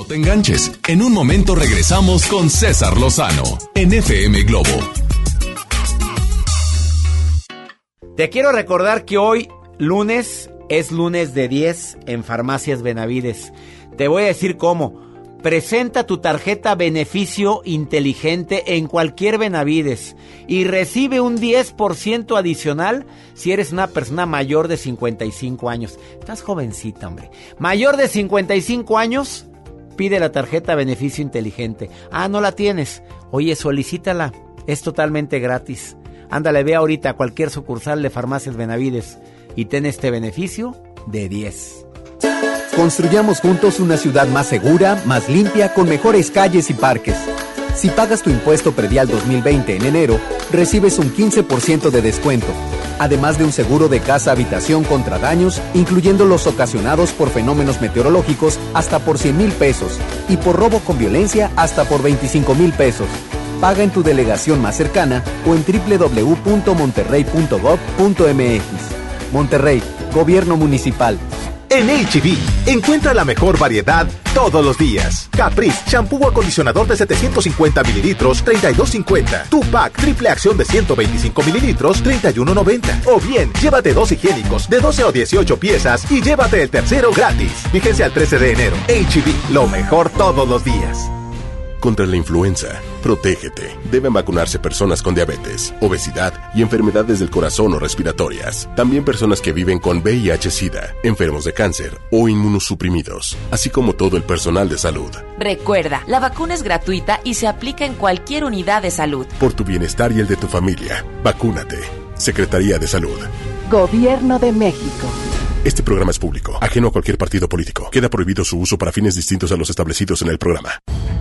te enganches. En un momento regresamos con César Lozano en FM Globo. Te quiero recordar que hoy, lunes, es lunes de 10 en Farmacias Benavides. Te voy a decir cómo. Presenta tu tarjeta Beneficio Inteligente en cualquier Benavides y recibe un 10% adicional si eres una persona mayor de 55 años. Estás jovencita, hombre. Mayor de 55 años, pide la tarjeta Beneficio Inteligente. Ah, ¿no la tienes? Oye, solicítala. Es totalmente gratis. Ándale, ve ahorita a cualquier sucursal de Farmacias Benavides y ten este beneficio de 10. Construyamos juntos una ciudad más segura, más limpia, con mejores calles y parques. Si pagas tu impuesto predial 2020 en enero, recibes un 15% de descuento, además de un seguro de casa-habitación contra daños, incluyendo los ocasionados por fenómenos meteorológicos, hasta por 100,000 pesos, y por robo con violencia, hasta por 25,000 pesos. Paga en tu delegación más cercana o en www.monterrey.gov.mx. Monterrey, Gobierno Municipal. En H-E-B, encuentra la mejor variedad todos los días. Caprice, shampoo o acondicionador de 750 mililitros, $32.50. Tupac, triple acción de 125 mililitros, $31.90. O bien, llévate 2 higiénicos de 12 o 18 piezas y llévate el tercero gratis. Vigencia al 13 de enero. H-E-B, lo mejor todos los días. Contra la influenza, protégete. Deben vacunarse personas con diabetes, obesidad y enfermedades del corazón o respiratorias. También personas que viven con VIH-Sida, enfermos de cáncer o inmunosuprimidos, así como todo el personal de salud. Recuerda, la vacuna es gratuita y se aplica en cualquier unidad de salud. Por tu bienestar y el de tu familia, vacúnate. Secretaría de Salud. Gobierno de México. Este programa es público, ajeno a cualquier partido político. Queda prohibido su uso para fines distintos a los establecidos en el programa.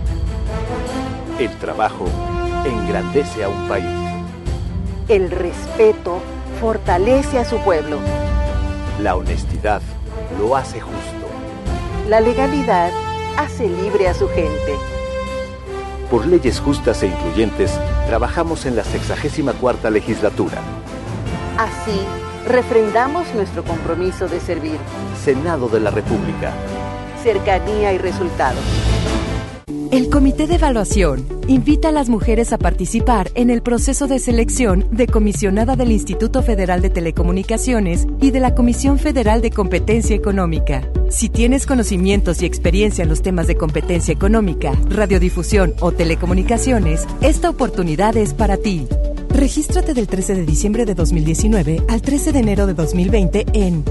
El trabajo engrandece a un país. El respeto fortalece a su pueblo. La honestidad lo hace justo. La legalidad hace libre a su gente. Por leyes justas e incluyentes, trabajamos en la 64ª legislatura. Así, refrendamos nuestro compromiso de servir. Senado de la República. Cercanía y resultados. El Comité de Evaluación invita a las mujeres a participar en el proceso de selección de comisionada del Instituto Federal de Telecomunicaciones y de la Comisión Federal de Competencia Económica. Si tienes conocimientos y experiencia en los temas de competencia económica, radiodifusión o telecomunicaciones, esta oportunidad es para ti. Regístrate del 13 de diciembre de 2019 al 13 de enero de 2020 en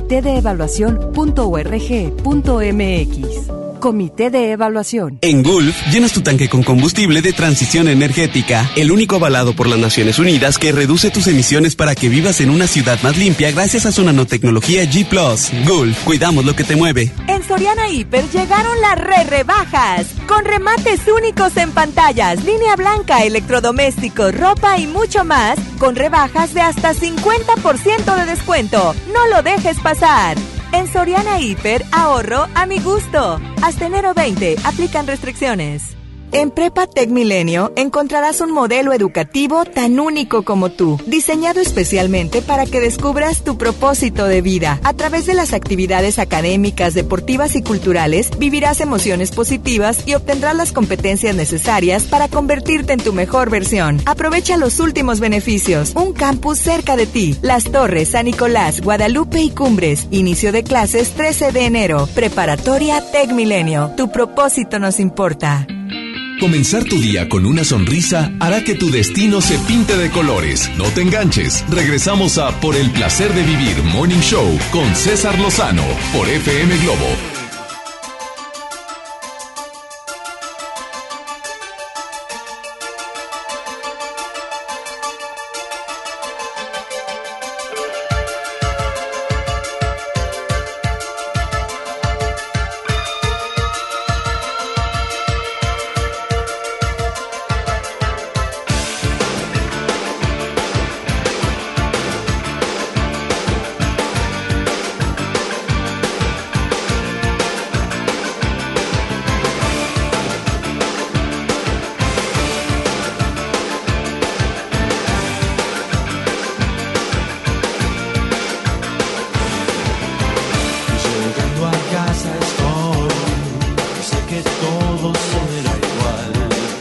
comitedeevaluacion.org.mx. Comité de Evaluación. En Gulf, llenas tu tanque con combustible de transición energética, el único avalado por las Naciones Unidas que reduce tus emisiones para que vivas en una ciudad más limpia gracias a su nanotecnología G+. Gulf, cuidamos lo que te mueve. En Soriana Hiper llegaron las rebajas, con remates únicos en pantallas, línea blanca, electrodomésticos, ropa y mucho más, con rebajas de hasta 50% de descuento. No lo dejes pasar. En Soriana Hiper, ahorro a mi gusto. Hasta enero 20, aplican restricciones. En Prepa Tec Milenio encontrarás un modelo educativo tan único como tú, diseñado especialmente para que descubras tu propósito de vida. A través de las actividades académicas, deportivas y culturales, vivirás emociones positivas y obtendrás las competencias necesarias para convertirte en tu mejor versión. Aprovecha los últimos beneficios. Un campus cerca de ti. Las Torres, San Nicolás, Guadalupe y Cumbres. Inicio de clases 13 de enero. Preparatoria Tec Milenio. Tu propósito nos importa. Comenzar tu día con una sonrisa hará que tu destino se pinte de colores. No te enganches. Regresamos a Por el Placer de Vivir Morning Show con César Lozano por FM Globo. que todo será igual.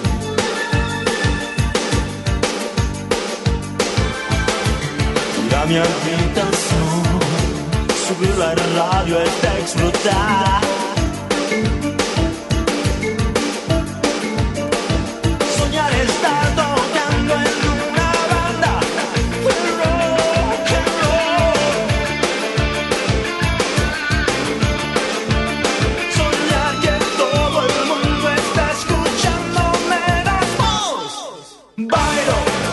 Ir a mi habitación, subir la radio hasta explotar. Soñar estar tocando en una banda de rock and roll. Soñar que todo el mundo está escuchándome la voz. Bailo.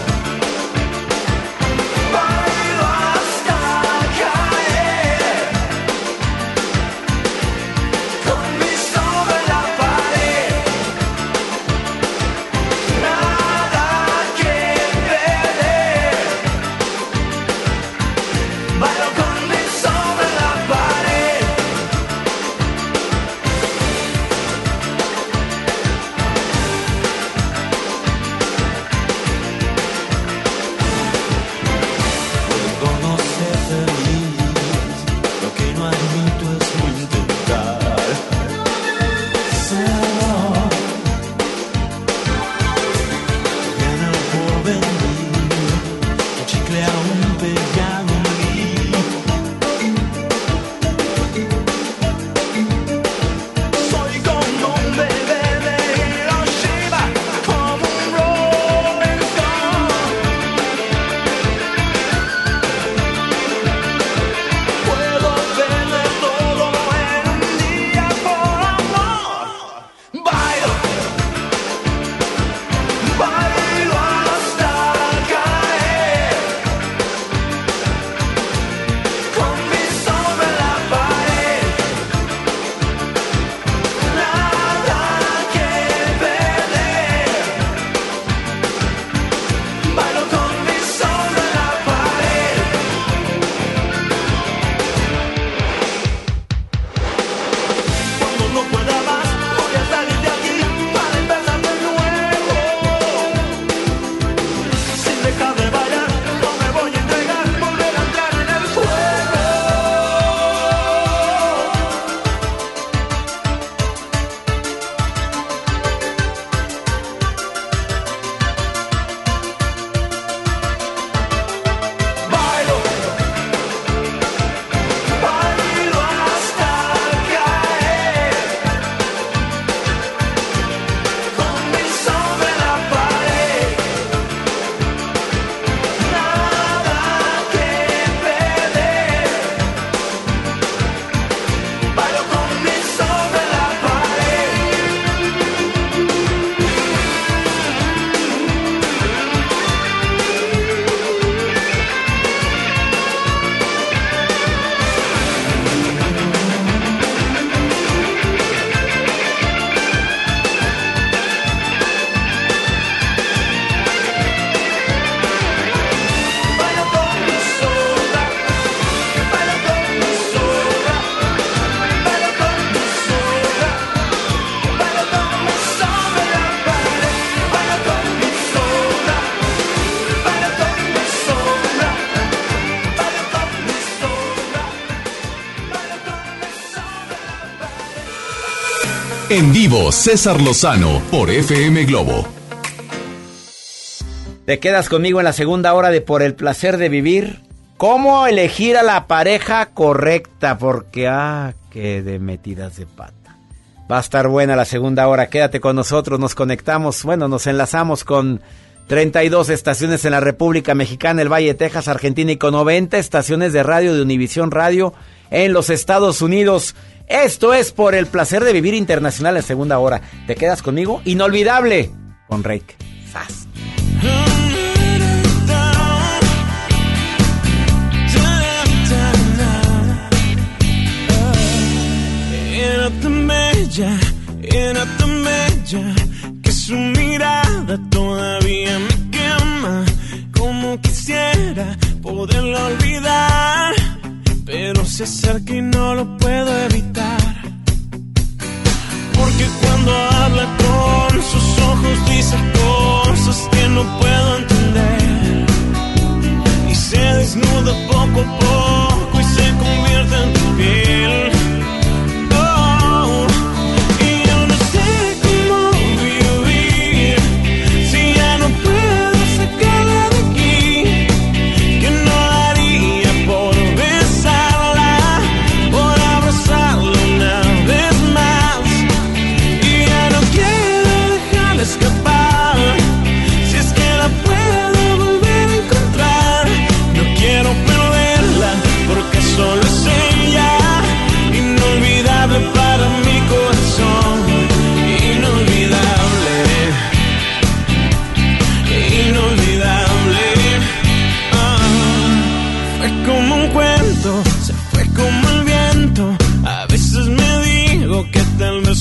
En vivo, César Lozano por FM Globo. Te quedas conmigo en la segunda hora de Por el Placer de Vivir. ¿Cómo elegir a la pareja correcta? Porque, qué de metidas de pata. Va a estar buena la segunda hora. Quédate con nosotros, nos conectamos, nos enlazamos con 32 estaciones en la República Mexicana, el Valle de Texas, Argentina y con 90 estaciones de radio de Univisión Radio en los Estados Unidos. Esto es Por el Placer de Vivir Internacional en segunda hora. ¿Te quedas conmigo? Inolvidable con Reik Sass. Era tan bella que su mirada todavía me quema. Como quisiera poderla olvidar, pero se acerca y no lo puedo evitar. Porque cuando habla con sus ojos dice cosas que no puedo entender. Y se desnuda poco a poco y se convierte en tu piel. Oh, y yo no sé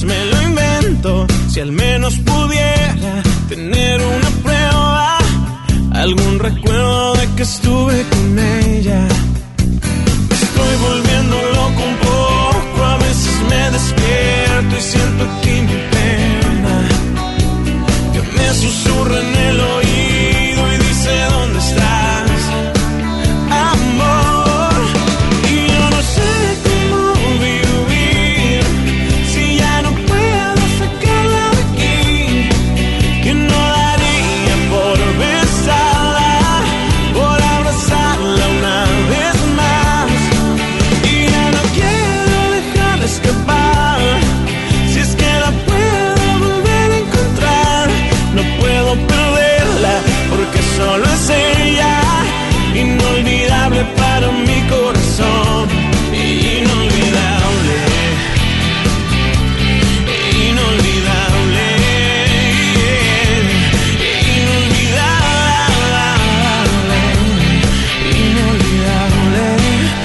me lo invento. Si al menos pudiera tener una prueba, algún recuerdo de que estuve con ella. Me estoy volviendo loco un poco, a veces me despierto y siento aquí mi pena, que me susurra en el oído y dice ¿dónde estás, amor? Y yo no sé cómo vivir si ya no puedo sacarla de aquí, que no daría por besarla, por abrazarla una vez más. Y ya no quiero dejar de escapar, si es que la puedo volver a encontrar. No puedo perderla porque solo es ella, inolvidable para mi corazón, inolvidable, inolvidable, inolvidable, inolvidable.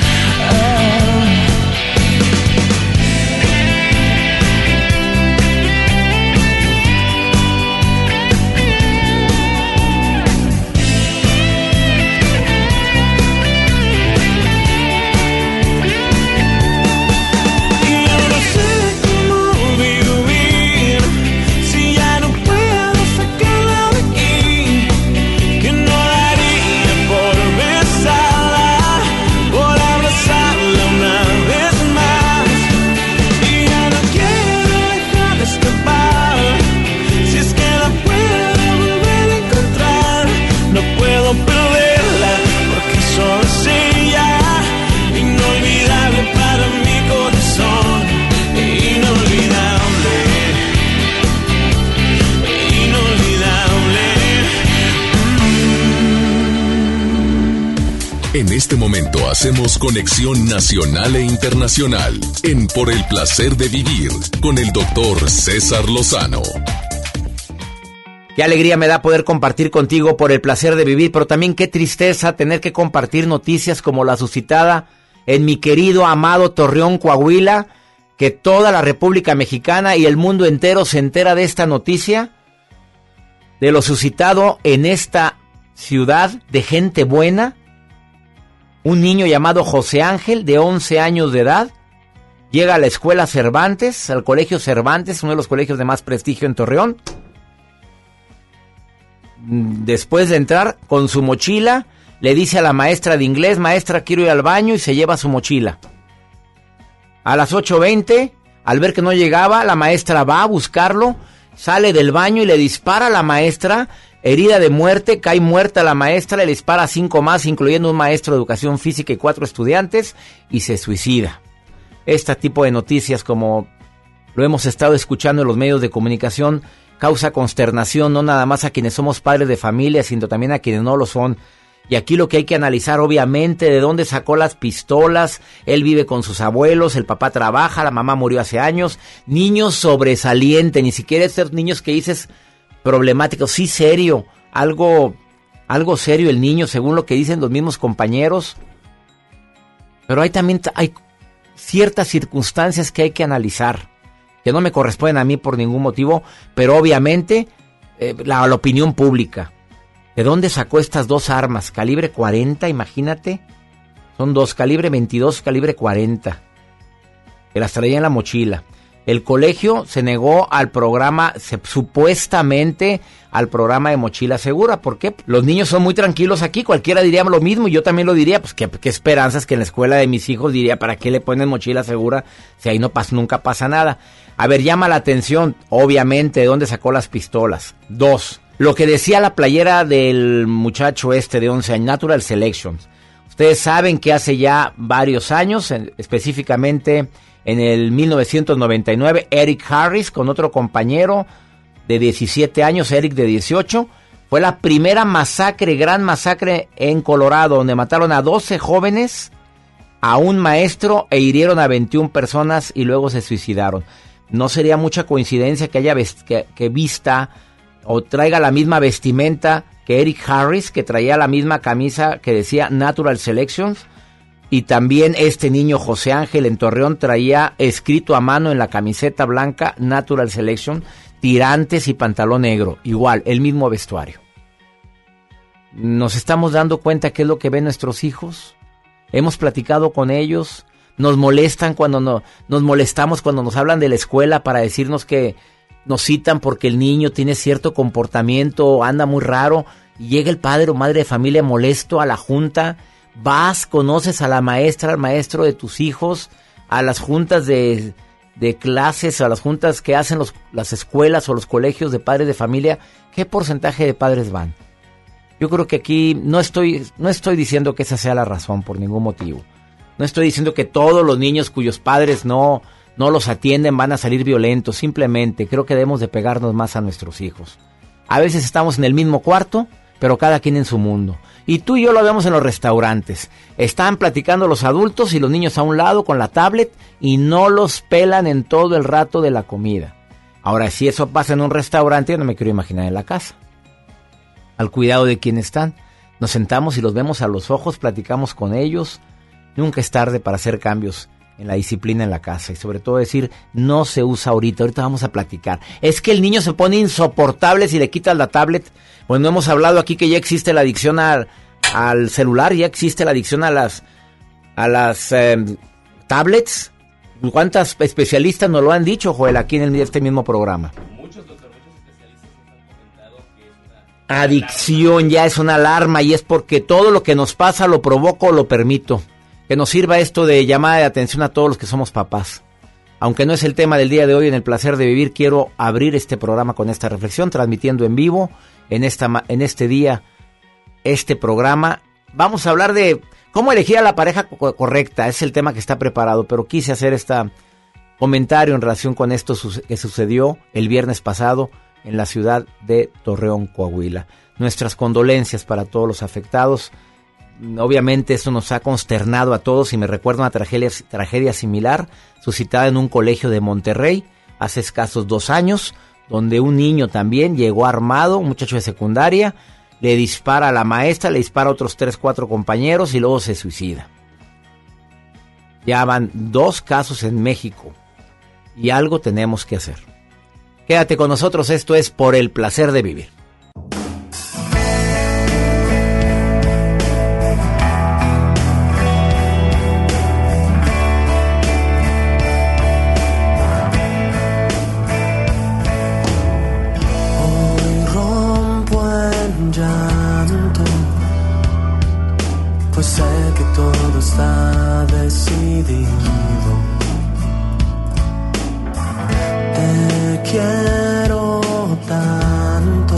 Y yo no sé cómo vivir si ya no puedo sacarla de aquí, que no daría por besarla, por abrazarla una vez más. Y ya no quiero dejar de escapar, si es que la puedo volver a encontrar. No puedo perderla porque solo es ella, inolvidable para mi corazón, inolvidable, inolvidable. En este momento hacemos conexión nacional e internacional en Por el Placer de Vivir con el doctor César Lozano. Qué alegría me da poder compartir contigo Por el Placer de Vivir, pero también qué tristeza tener que compartir noticias como la suscitada en mi querido, amado Torreón, Coahuila, que toda la República Mexicana y el mundo entero se entera de esta noticia, de lo suscitado en esta ciudad de gente buena. Un niño llamado José Ángel, de 11 años de edad, llega a la escuela Cervantes, al colegio Cervantes, uno de los colegios de más prestigio en Torreón. Después de entrar con su mochila, le dice a la maestra de inglés: maestra, quiero ir al baño, y se lleva su mochila. A las 8:20, al ver que no llegaba, la maestra va a buscarlo, sale del baño y le dispara a la maestra, herida de muerte, cae muerta la maestra, le dispara a 5 más, incluyendo un maestro de educación física y 4 estudiantes, y se suicida. Este tipo de noticias, como lo hemos estado escuchando en los medios de comunicación, causa consternación no nada más a quienes somos padres de familia, sino también a quienes no lo son. Y aquí lo que hay que analizar, obviamente, de dónde sacó las pistolas. Él vive con sus abuelos, el papá trabaja, la mamá murió hace años. Niños sobresalientes, ni siquiera esos niños que dices problemáticos, sí serio, algo serio el niño, según lo que dicen los mismos compañeros. Pero hay ciertas circunstancias que hay que analizar, que no me corresponden a mí por ningún motivo, pero obviamente la opinión pública. ¿De dónde sacó estas dos armas? Calibre 40, imagínate. Son dos, calibre 22, calibre 40. Que las traía en la mochila. El colegio se negó al programa, supuestamente al programa de mochila segura. ¿Por qué? Los niños son muy tranquilos aquí, cualquiera diría lo mismo, y yo también lo diría. Pues qué esperanzas que en la escuela de mis hijos diría, ¿para qué le ponen mochila segura si ahí nunca pasa nada? A ver, llama la atención, obviamente, de dónde sacó las pistolas. 2, lo que decía la playera del muchacho de 11 años, Natural Selections. Ustedes saben que hace ya varios años, específicamente en el 1999, Eric Harris con otro compañero de 17 años, Eric de 18, fue la primera gran masacre en Colorado, donde mataron a 12 jóvenes, a un maestro e hirieron a 21 personas y luego se suicidaron. No sería mucha coincidencia que haya que vista o traiga la misma vestimenta que Eric Harris, que traía la misma camisa que decía Natural Selections. Y también este niño José Ángel en Torreón traía escrito a mano en la camiseta blanca Natural Selection, tirantes y pantalón negro. Igual, el mismo vestuario. ¿Nos estamos dando cuenta qué es lo que ven nuestros hijos? Hemos platicado con ellos. Nos molestan cuando nos molestamos cuando nos hablan de la escuela para decirnos que nos citan porque el niño tiene cierto comportamiento, anda muy raro. Y llega el padre o madre de familia molesto a la junta. Vas, conoces a la maestra, al maestro de tus hijos, a las juntas de clases, a las juntas que hacen las escuelas o los colegios de padres de familia. ¿Qué porcentaje de padres van? Yo creo que aquí no estoy diciendo que esa sea la razón por ningún motivo. No estoy diciendo que todos los niños cuyos padres no los atienden van a salir violentos. Simplemente creo que debemos de pegarnos más a nuestros hijos. A veces estamos en el mismo cuarto, pero cada quien en su mundo. Y tú y yo lo vemos en los restaurantes. Están platicando los adultos y los niños a un lado con la tablet y no los pelan en todo el rato de la comida. Ahora, si eso pasa en un restaurante, yo no me quiero imaginar en la casa. Al cuidado de quienes están. Nos sentamos y los vemos a los ojos, platicamos con ellos. Nunca es tarde para hacer cambios en la disciplina en la casa. Y sobre todo decir, no se usa ahorita vamos a platicar. Es que el niño se pone insoportable si le quitas la tablet. Bueno, hemos hablado aquí que ya existe la adicción al celular, ya existe la adicción a las tablets. ¿Cuántas especialistas nos lo han dicho, Joel, aquí en este mismo programa? Muchos especialistas han comentado que es una adicción, ya es una alarma y es porque todo lo que nos pasa lo provoco o lo permito. Que nos sirva esto de llamada de atención a todos los que somos papás. Aunque no es el tema del día de hoy en El Placer de Vivir, quiero abrir este programa con esta reflexión, transmitiendo en vivo en este día, este programa. Vamos a hablar de cómo elegir a la pareja correcta. Es el tema que está preparado, pero quise hacer este comentario en relación con esto que sucedió el viernes pasado en la ciudad de Torreón, Coahuila. Nuestras condolencias para todos los afectados. Obviamente esto nos ha consternado a todos y me recuerda una tragedia similar suscitada en un colegio de Monterrey hace escasos 2 años, donde un niño también llegó armado, un muchacho de secundaria, le dispara a la maestra, le dispara a otros 3-4 compañeros y luego se suicida. Ya van 2 casos en México y algo tenemos que hacer. Quédate con nosotros, esto es Por el Placer de Vivir. Pues sé que todo está decidido. Te quiero tanto,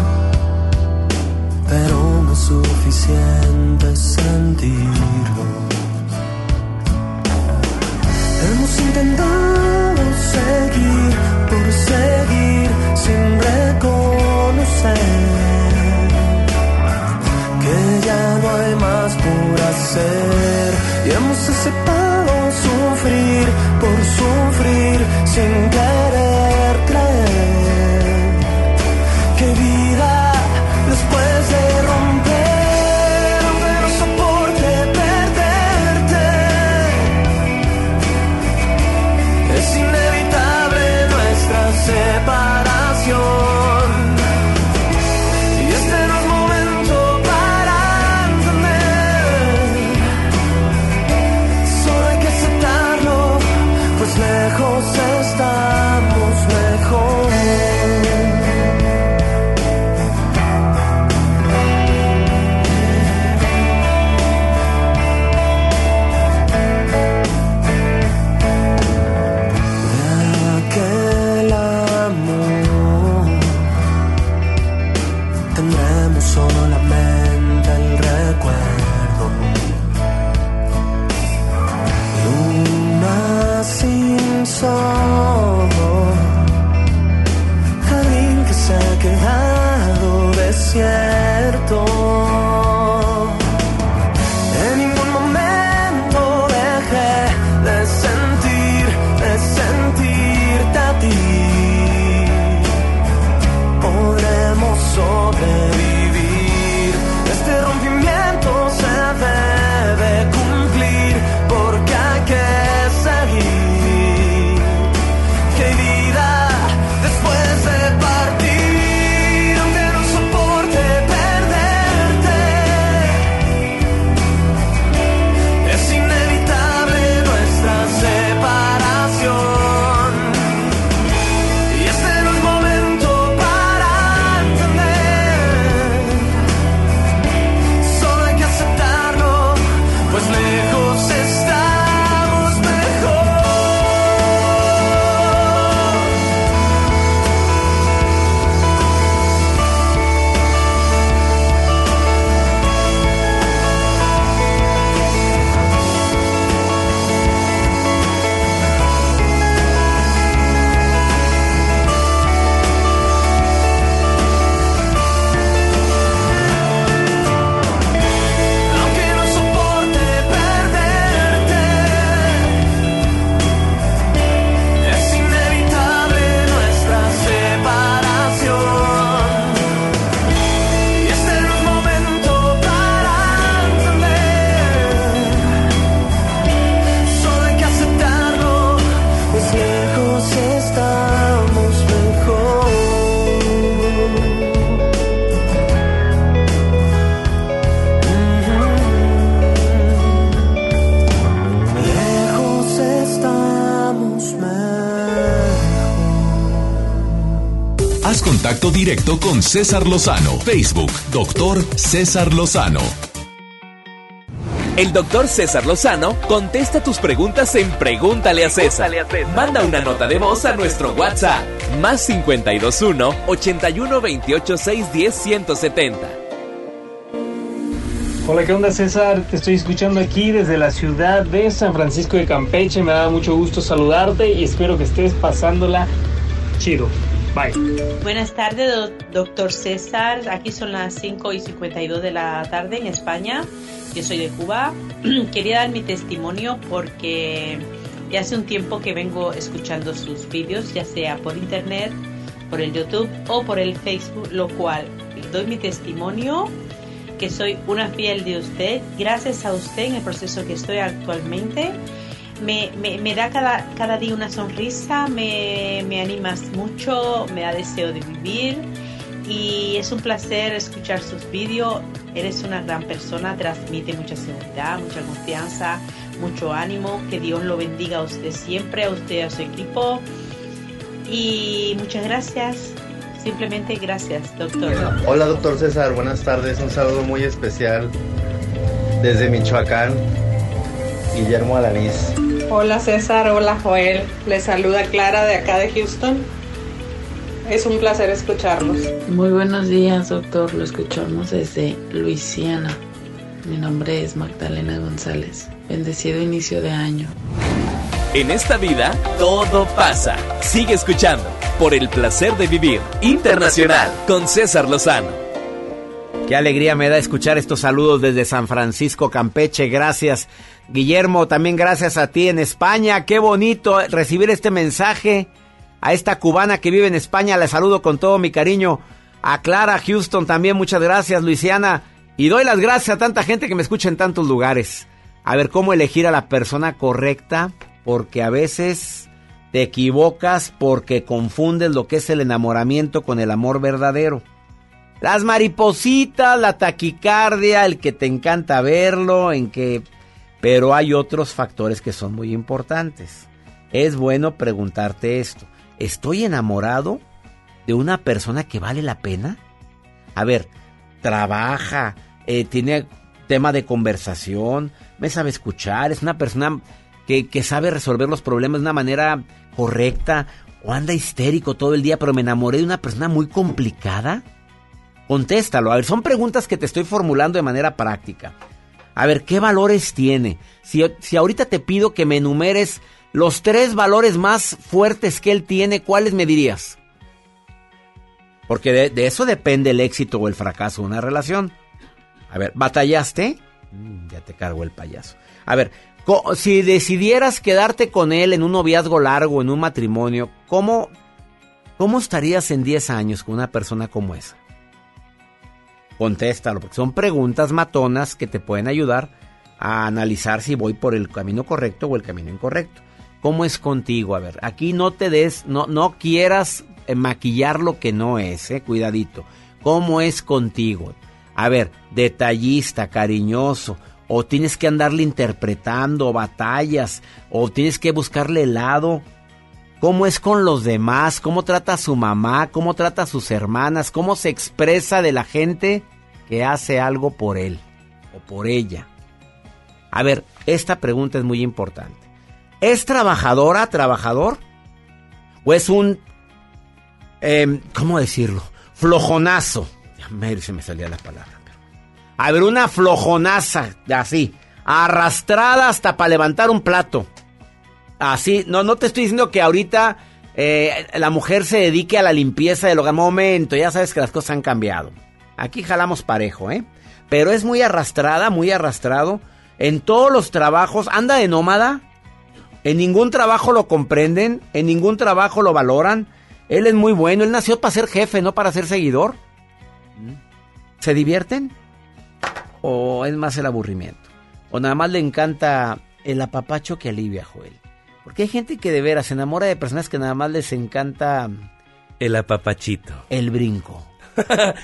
pero no es suficiente sentirlo. Hemos intentado seguir por seguir sin reconocer que ya no hay más por hacer y hemos aceptado sufrir por sufrir sin querer creer que vida después de romper aunque no soporte perderte es inevitable nuestra separación. Lejos estamos mejor. De aquel amor tendremos solamente el recuerdo. Luna sin sol, jardín que se ha quedado desierto. En ningún momento dejé de sentirte a ti. Podremos sobrevivir. Este rompimiento se debe cumplir. Haz contacto directo con César Lozano. Facebook, Dr. César Lozano. El Dr. César Lozano contesta tus preguntas en Pregúntale a César. Manda una nota de voz a nuestro WhatsApp, más 521 81 28 610 170. Hola, ¿qué onda, César? Te estoy escuchando aquí desde la ciudad de San Francisco de Campeche. Me da mucho gusto saludarte y espero que estés pasándola chido. Bye. Buenas tardes, doctor César. Aquí son las 5:52 de la tarde en España. Yo soy de Cuba. Quería dar mi testimonio porque ya hace un tiempo que vengo escuchando sus vídeos, ya sea por internet, por el YouTube o por el Facebook, lo cual doy mi testimonio que soy una fiel de usted. Gracias a usted en el proceso que estoy actualmente. Me da cada día una sonrisa, me animas mucho, me da deseo de vivir y es un placer escuchar sus vídeos. Eres una gran persona, transmite mucha seguridad, mucha confianza, mucho ánimo. Que Dios lo bendiga a usted siempre, a usted y a su equipo. Y muchas gracias, simplemente gracias, doctor. Hola, doctor César, buenas tardes. Un saludo muy especial desde Michoacán, Guillermo Alanís. Hola César, hola Joel, les saluda Clara de acá de Houston. Es un placer escucharlos. Muy buenos días, doctor, lo escuchamos desde Luisiana. Mi nombre es Magdalena González. Bendecido inicio de año. En esta vida, todo pasa. Sigue escuchando por el placer de vivir internacional con César Lozano. Qué alegría me da escuchar estos saludos desde San Francisco, Campeche. Gracias, Guillermo. También gracias a ti en España. Qué bonito recibir este mensaje. A esta cubana que vive en España le saludo con todo mi cariño. A Clara, Houston también, muchas gracias, Luisiana. Y doy las gracias a tanta gente que me escucha en tantos lugares. A ver, cómo elegir a la persona correcta, porque a veces te equivocas porque confundes lo que es el enamoramiento con el amor verdadero. Las maripositas, la taquicardia, el que te encanta verlo, pero hay otros factores que son muy importantes. Es bueno preguntarte esto. ¿Estoy enamorado de una persona que vale la pena? A ver, trabaja, tiene tema de conversación, me sabe escuchar, es una persona que sabe resolver los problemas de una manera correcta, o anda histérico todo el día, pero me enamoré de una persona muy complicada. Contéstalo. A ver, son preguntas que te estoy formulando de manera práctica. A ver, ¿qué valores tiene? Si ahorita te pido que me enumeres los 3 valores más fuertes que él tiene, ¿cuáles me dirías? Porque de eso depende el éxito o el fracaso de una relación. A ver, ¿batallaste? Ya te cargo el payaso. A ver, si decidieras quedarte con él en un noviazgo largo, en un matrimonio, ¿cómo estarías en 10 años con una persona como esa? Contéstalo, porque son preguntas matonas que te pueden ayudar a analizar si voy por el camino correcto o el camino incorrecto. ¿Cómo es contigo? A ver, aquí no quieras maquillar lo que no es, cuidadito. ¿Cómo es contigo? A ver, detallista, cariñoso, o tienes que andarle interpretando, batallas, o tienes que buscarle el lado. ¿Cómo es con los demás? ¿Cómo trata a su mamá? ¿Cómo trata a sus hermanas? ¿Cómo se expresa de la gente que hace algo por él o por ella? A ver, esta pregunta es muy importante. ¿Es trabajadora, trabajador? ¿O es un, cómo decirlo, flojonazo? Se me salía la palabra. A ver, una flojonaza, así, arrastrada hasta para levantar un plato. Así, no te estoy diciendo que ahorita la mujer se dedique a la limpieza del hogar. Momento, ya sabes que las cosas han cambiado. Aquí jalamos parejo, pero es muy arrastrada, muy arrastrado. En todos los trabajos, anda de nómada. En ningún trabajo lo comprenden, en ningún trabajo lo valoran. Él es muy bueno, él nació para ser jefe, no para ser seguidor. ¿Se divierten? ¿O es más el aburrimiento? ¿O nada más le encanta el apapacho que alivia, Joel? Porque hay gente que de veras se enamora de personas que nada más les encanta... el apapachito. El brinco.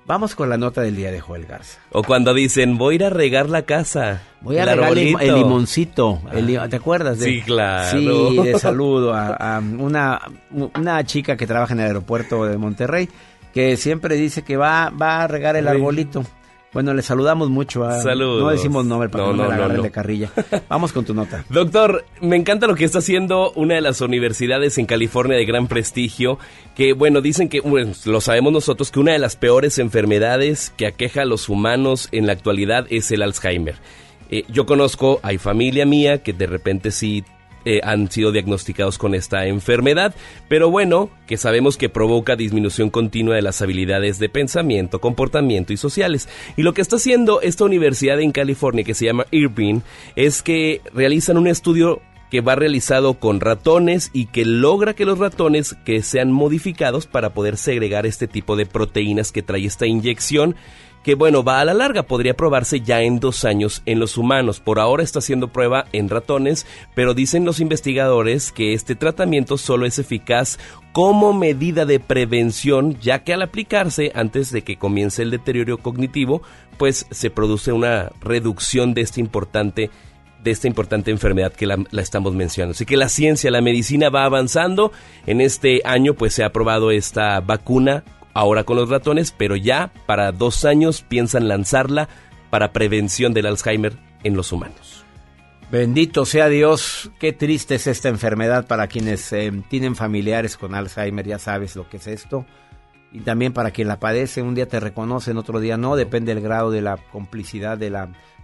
Vamos con la nota del día de Joel Garza. O cuando dicen, voy a ir a regar la casa. Voy a regar el limoncito. ¿Te acuerdas? Sí, claro. Sí, de saludo a una chica que trabaja en el aeropuerto de Monterrey, que siempre dice que va a regar el arbolito. Bueno, le saludamos mucho. Saludos. No decimos nombre para que no me la agarren de carrilla. Vamos con tu nota. Doctor, me encanta lo que está haciendo una de las universidades en California de gran prestigio, que bueno, dicen que, lo sabemos nosotros, que una de las peores enfermedades que aqueja a los humanos en la actualidad es el Alzheimer. Yo conozco, hay familia mía que de repente sí han sido diagnosticados con esta enfermedad, pero bueno, que sabemos que provoca disminución continua de las habilidades de pensamiento, comportamiento y sociales. Y lo que está haciendo esta universidad en California, que se llama Irvine, es que realizan un estudio que va realizado con ratones y que logra que los ratones que sean modificados para poder segregar este tipo de proteínas que trae esta inyección, que bueno, va a la larga, podría probarse ya en 2 años en los humanos. Por ahora está haciendo prueba en ratones, pero dicen los investigadores que este tratamiento solo es eficaz como medida de prevención, ya que al aplicarse antes de que comience el deterioro cognitivo, pues se produce una reducción de esta importante enfermedad que la estamos mencionando. Así que la ciencia, la medicina va avanzando. En este año pues se ha aprobado esta vacuna ahora con los ratones, pero ya para 2 años piensan lanzarla para prevención del Alzheimer en los humanos. Bendito sea Dios. Qué triste es esta enfermedad para quienes tienen familiares con Alzheimer. Ya sabes lo que es esto. Y también para quien la padece, un día te reconocen, otro día no. Depende del grado de la complicidad, el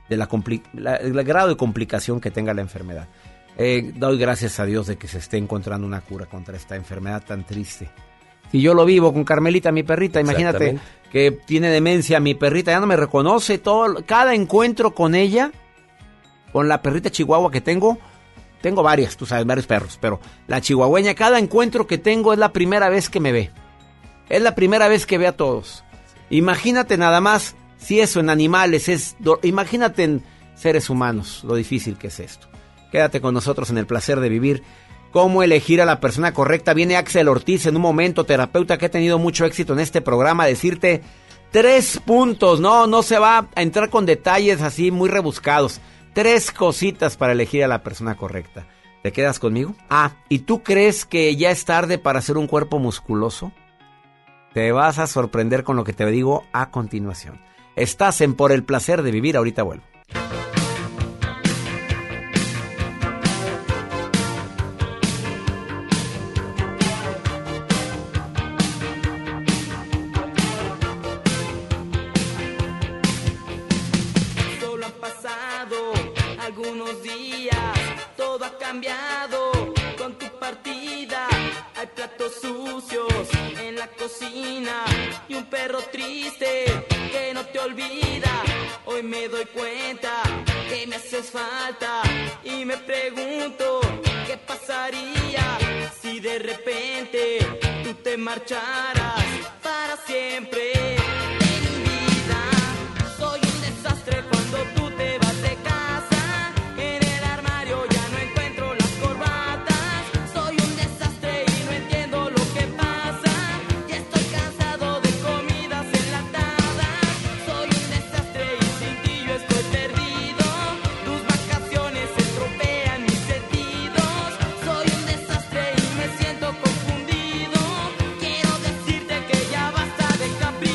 grado de complicación que tenga la enfermedad. Doy gracias a Dios de que se esté encontrando una cura contra esta enfermedad tan triste. Si yo lo vivo con Carmelita, mi perrita, imagínate que tiene demencia, mi perrita ya no me reconoce. Cada encuentro con ella, con la perrita chihuahua que tengo varias, tú sabes, varios perros, pero la chihuahueña, cada encuentro que tengo es la primera vez que me ve. Es la primera vez que ve a todos. Imagínate nada más, si eso en animales imagínate en seres humanos, lo difícil que es esto. Quédate con nosotros en el placer de vivir. ¿Cómo elegir a la persona correcta? Viene Axel Ortiz en un momento, terapeuta que ha tenido mucho éxito en este programa, a decirte 3 puntos. No se va a entrar con detalles así muy rebuscados. 3 cositas para elegir a la persona correcta. ¿Te quedas conmigo? ¿Y tú crees que ya es tarde para hacer un cuerpo musculoso? Te vas a sorprender con lo que te digo a continuación. Estás en Por el Placer de Vivir, ahorita vuelvo. Y un perro triste que no te olvida. Hoy me doy cuenta que me haces falta y me pregunto qué pasaría si de repente tú te marcharas para siempre de mi vida. Soy un desastre cuando tú te vas de casa. En el armario ya no encuentro las corbatas. Soy un desastre y no entiendo lo que pasa. Ya estoy cansado de comidas enlatadas. Soy un desastre y sin ti yo estoy perdido. Tus vacaciones estropean mis sentidos. Soy un desastre y me siento confundido. Quiero decirte que ya basta de caprichos.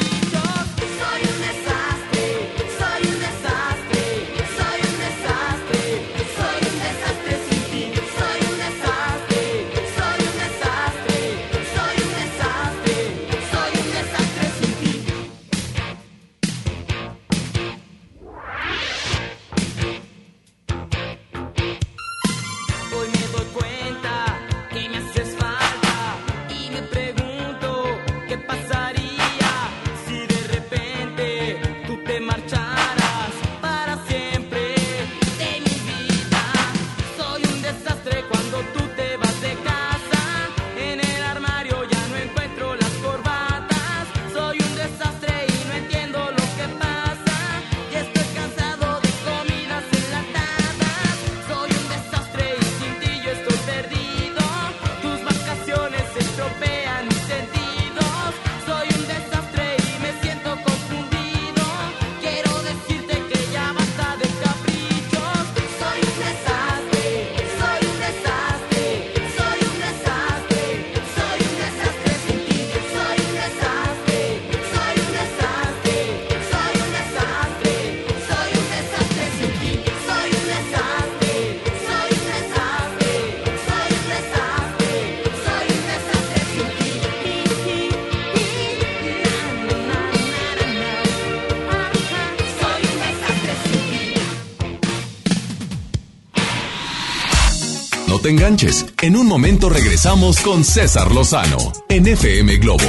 No te enganches. En un momento regresamos con César Lozano en FM Globo.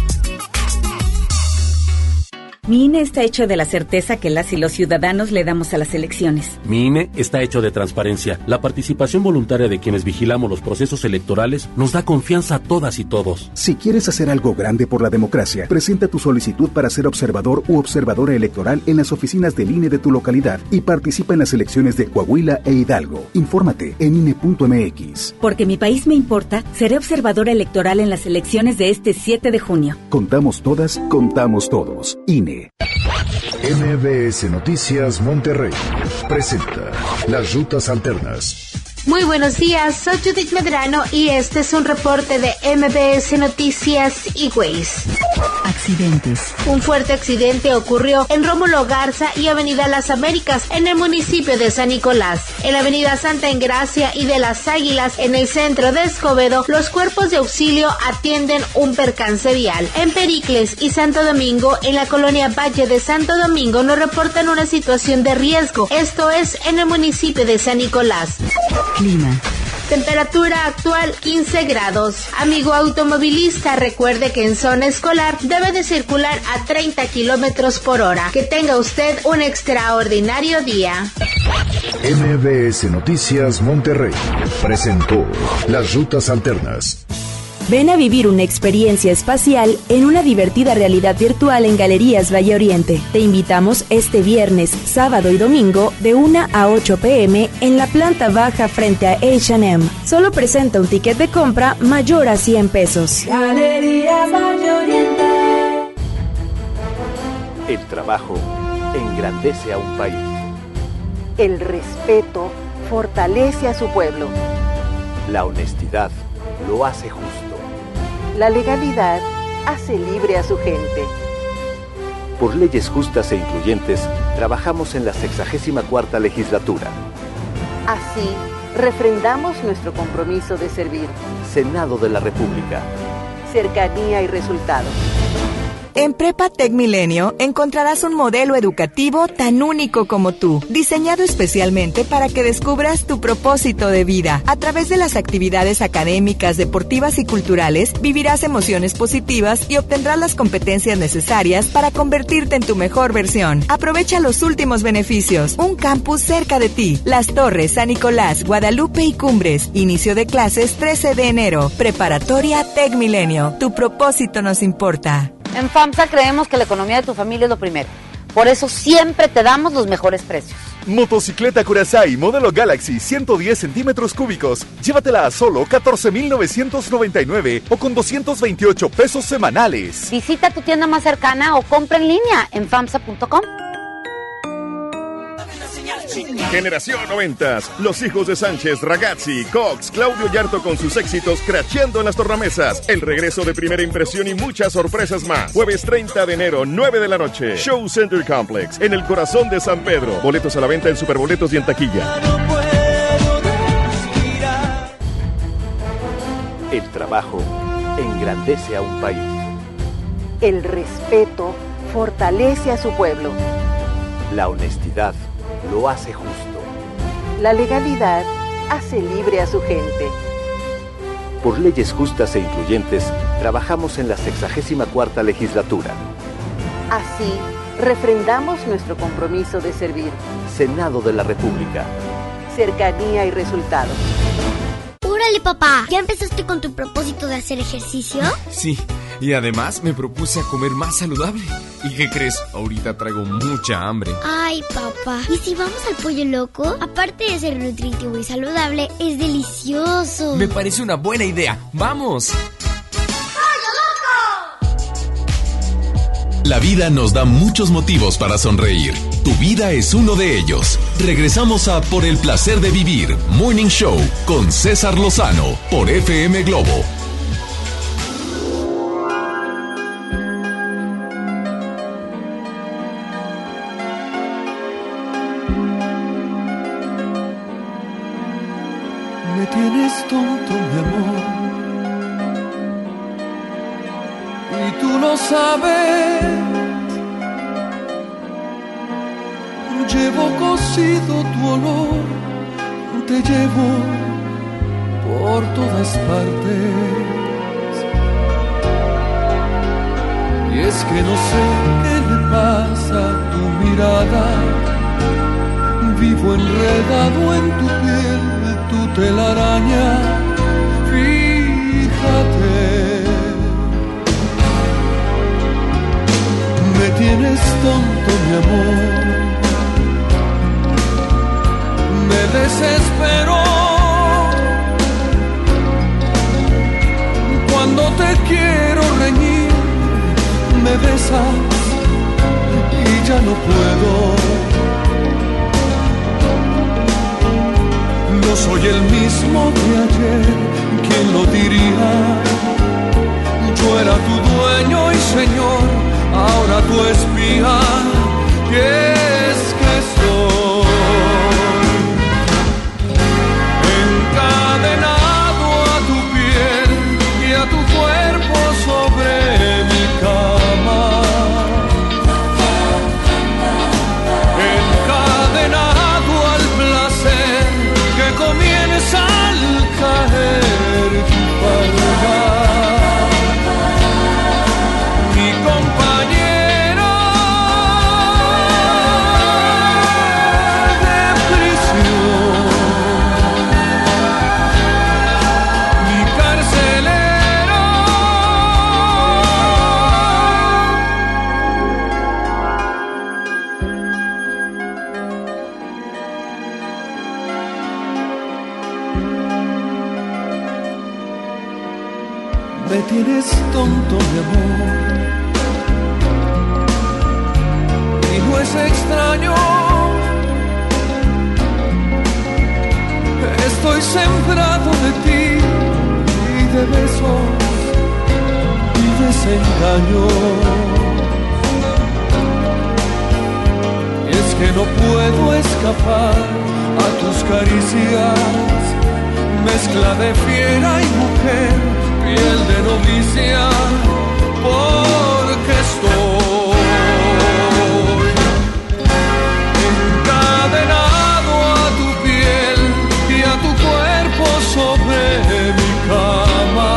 Mi INE está hecho de la certeza que las y los ciudadanos le damos a las elecciones. Mi INE está hecho de transparencia. La participación voluntaria de quienes vigilamos los procesos electorales nos da confianza a todas y todos. Si quieres hacer algo grande por la democracia, presenta tu solicitud para ser observador u observadora electoral en las oficinas del INE de tu localidad y participa en las elecciones de Coahuila e Hidalgo. Infórmate en INE.mx. Porque mi país me importa, seré observadora electoral en las elecciones de este 7 de junio. Contamos todas, contamos todos. INE. MBS Noticias Monterrey presenta Las Rutas Alternas. Muy buenos días, soy Judith Medrano y este es un reporte de MBS Noticias y Waze. Accidentes. Un fuerte accidente ocurrió en Rómulo Garza y Avenida Las Américas, en el municipio de San Nicolás. En la Avenida Santa Engracia y de Las Águilas, en el centro de Escobedo, los cuerpos de auxilio atienden un percance vial. En Pericles y Santo Domingo, en la colonia Valle de Santo Domingo, nos reportan una situación de riesgo. Esto es en el municipio de San Nicolás. Clima. Temperatura actual 15 grados. Amigo automovilista, recuerde que en zona escolar debe de circular a 30 kilómetros por hora. Que tenga usted un extraordinario día. MBS Noticias Monterrey presentó Las Rutas Alternas. Ven a vivir una experiencia espacial en una divertida realidad virtual en Galerías Valle Oriente. Te invitamos este viernes, sábado y domingo de 1 a 8 p.m. en la planta baja frente a H&M. Solo presenta un ticket de compra mayor a 100 pesos. Galerías Valle Oriente. El trabajo engrandece a un país. El respeto fortalece a su pueblo. La honestidad lo hace justo. La legalidad hace libre a su gente. Por leyes justas e incluyentes, trabajamos en la 64ª legislatura. Así, refrendamos nuestro compromiso de servir. Senado de la República. Cercanía y resultados. En Prepa Tec Milenio encontrarás un modelo educativo tan único como tú, diseñado especialmente para que descubras tu propósito de vida. A través de las actividades académicas, deportivas y culturales, vivirás emociones positivas y obtendrás las competencias necesarias para convertirte en tu mejor versión. Aprovecha los últimos beneficios. Un campus cerca de ti. Las Torres, San Nicolás, Guadalupe y Cumbres. Inicio de clases 13 de enero. Preparatoria Tec Milenio. Tu propósito nos importa. En FAMSA creemos que la economía de tu familia es lo primero. Por eso siempre te damos los mejores precios. Motocicleta Curaçao modelo Galaxy 110 centímetros cúbicos. Llévatela a solo 14,999 o con 228 pesos semanales. Visita tu tienda más cercana o compra en línea en FAMSA.com. Generación 90s, los hijos de Sánchez, Ragazzi, Cox, Claudio Yarto con sus éxitos cracheando en las tornamesas, el regreso de Primera Impresión y muchas sorpresas más. Jueves 30 de enero, 9 de la noche, Show Center Complex, en el corazón de San Pedro. Boletos a la venta en Superboletos y en taquilla. El trabajo engrandece a un país. El respeto fortalece a su pueblo. La honestidad lo hace justo. La legalidad hace libre a su gente. Por leyes justas e incluyentes, trabajamos en la 64ª legislatura. Así, refrendamos nuestro compromiso de servir. Senado de la República. Cercanía y resultados. ¡Órale, papá! ¿Ya empezaste con tu propósito de hacer ejercicio? Sí, y además me propuse a comer más saludable. ¿Y qué crees? Ahorita traigo mucha hambre. Ay, papá. ¿Y si vamos al Pollo Loco? Aparte de ser nutritivo y saludable, es delicioso. Me parece una buena idea. ¡Vamos! La vida nos da muchos motivos para sonreír. Tu vida es uno de ellos. Regresamos a Por el Placer de Vivir, Morning Show, con César Lozano, por FM Globo. Me tienes tonto, mi amor, y tú lo sabes. Llevo cosido tu olor, te llevo por todas partes. Y es que no sé qué le pasa a tu mirada. Vivo enredado en tu piel, tu telaraña. Fíjate, me tienes tonto, mi amor. Me desespero cuando te quiero reñir. Me besas y ya no puedo. No soy el mismo de ayer, ¿quién lo diría? Yo era tu dueño y señor, ahora tu espía. ¿Qué es que soy? Encadenado a tu piel y a tu cuerpo sobre mi cama. Encadenado al placer que comienza al caer tu palma. Mi compañero de prisión, mi carcelero. Me tienes tonto, mi amor, y no es extraño. Estoy sembrado de ti y de besos y desengaños. Y es que no puedo escapar a tus caricias, mezcla de fiera y mujer, piel de novicia, porque estoy encadenado a tu piel y a tu cuerpo sobre mi cama.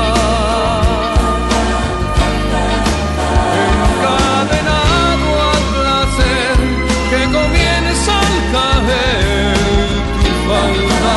Encadenado al placer que comienza al caer tu falda.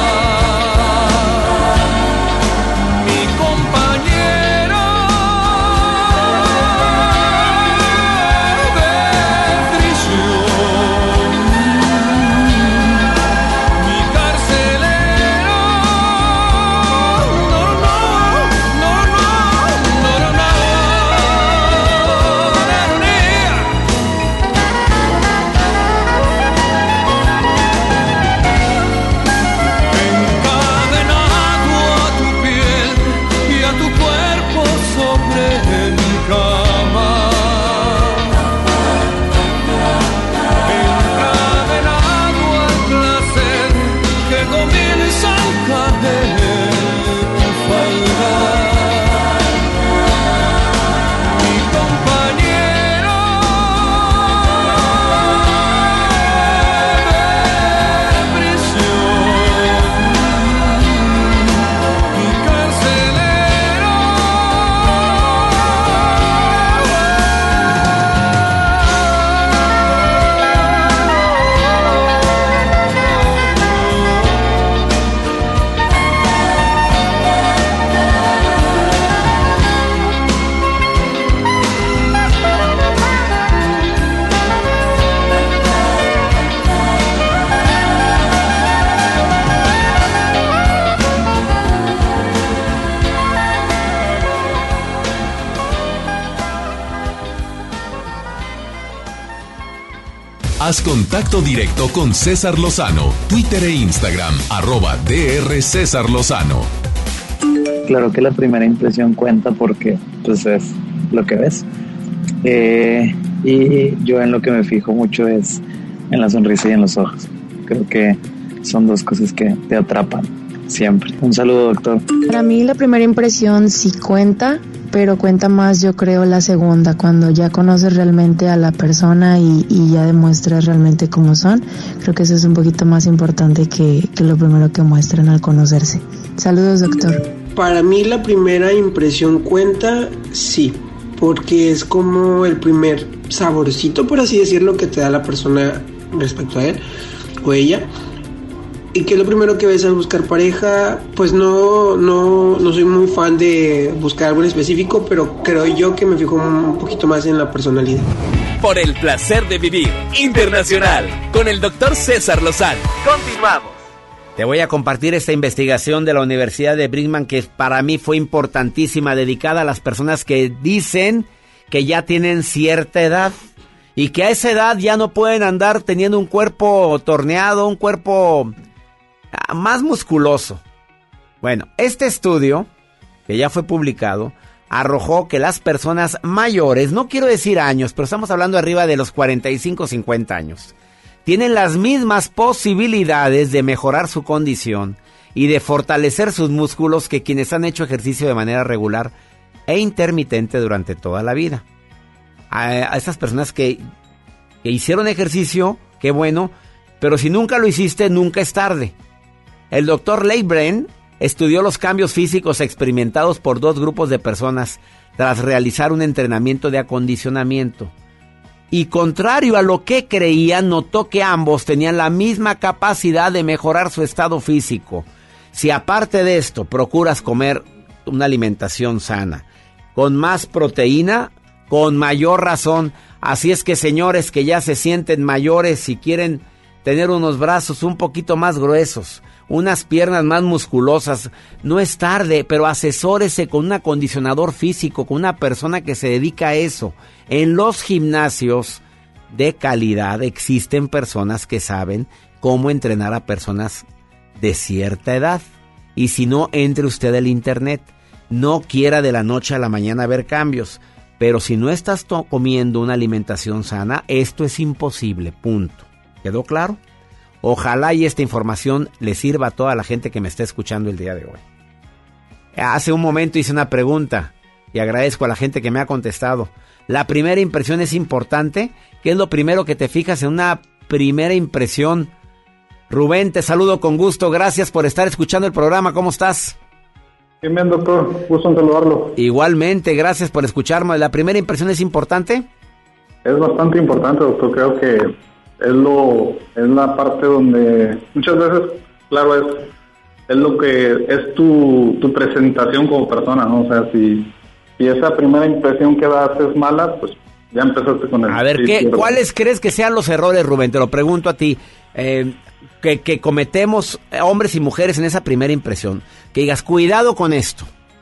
Haz contacto directo con César Lozano, Twitter e Instagram, @Dr. César Lozano. Claro que la primera impresión cuenta porque pues es lo que ves. Y yo en lo que me fijo mucho es en la sonrisa y en los ojos. Creo que son dos cosas que te atrapan siempre. Un saludo, doctor. Para mí la primera impresión sí cuenta, pero cuenta más, yo creo, la segunda, cuando ya conoces realmente a la persona y ya demuestras realmente cómo son. Creo que eso es un poquito más importante que lo primero que muestran al conocerse. Saludos, doctor. Para mí la primera impresión cuenta, sí, porque es como el primer saborcito, por así decirlo, que te da la persona respecto a él o ella. Y que lo primero que ves al buscar pareja, pues no soy muy fan de buscar algo en específico, pero creo yo que me fijo un poquito más en la personalidad. Por el placer de vivir internacional con el doctor César Lozano. Continuamos. Te voy a compartir esta investigación de la Universidad de Brigham que para mí fue importantísima, dedicada a las personas que dicen que ya tienen cierta edad y que a esa edad ya no pueden andar teniendo un cuerpo torneado, un cuerpo más musculoso. Bueno, este estudio, que ya fue publicado, arrojó que las personas mayores, no quiero decir años, pero estamos hablando arriba de los 45, 50 años, tienen las mismas posibilidades de mejorar su condición y de fortalecer sus músculos que quienes han hecho ejercicio de manera regular e intermitente durante toda la vida. A estas personas que hicieron ejercicio, qué bueno, pero si nunca lo hiciste, nunca es tarde. El doctor Leibren estudió los cambios físicos experimentados por 2 grupos de personas tras realizar un entrenamiento de acondicionamiento. Y contrario a lo que creían, notó que ambos tenían la misma capacidad de mejorar su estado físico. Si aparte de esto procuras comer una alimentación sana, con más proteína, con mayor razón. Así es que, señores que ya se sienten mayores y quieren tener unos brazos un poquito más gruesos, unas piernas más musculosas, no es tarde, pero asesórese con un acondicionador físico, con una persona que se dedica a eso. En los gimnasios de calidad existen personas que saben cómo entrenar a personas de cierta edad. Y si no, entre usted al internet. No quiera de la noche a la mañana ver cambios, pero si no estás comiendo una alimentación sana, esto es imposible, punto. ¿Quedó claro? Ojalá y esta información le sirva a toda la gente que me está escuchando el día de hoy. Hace un momento hice una pregunta y agradezco a la gente que me ha contestado. La primera impresión es importante. ¿Qué es lo primero que te fijas en una primera impresión? Rubén, te saludo con gusto. Gracias por estar escuchando el programa. ¿Cómo estás? Bien, doctor. Gusto en saludarlo. Igualmente, gracias por escucharme. ¿La primera impresión es importante? Es bastante importante, doctor. Creo que es la parte donde muchas veces, claro, es lo que es tu presentación como persona, ¿no? O sea, si esa primera impresión que das es mala, pues ya empezaste con el... A ver, ¿cuáles crees que sean los errores, Rubén? Te lo pregunto a ti. Que cometemos hombres y mujeres en esa primera impresión. Que digas, cuidado con esto.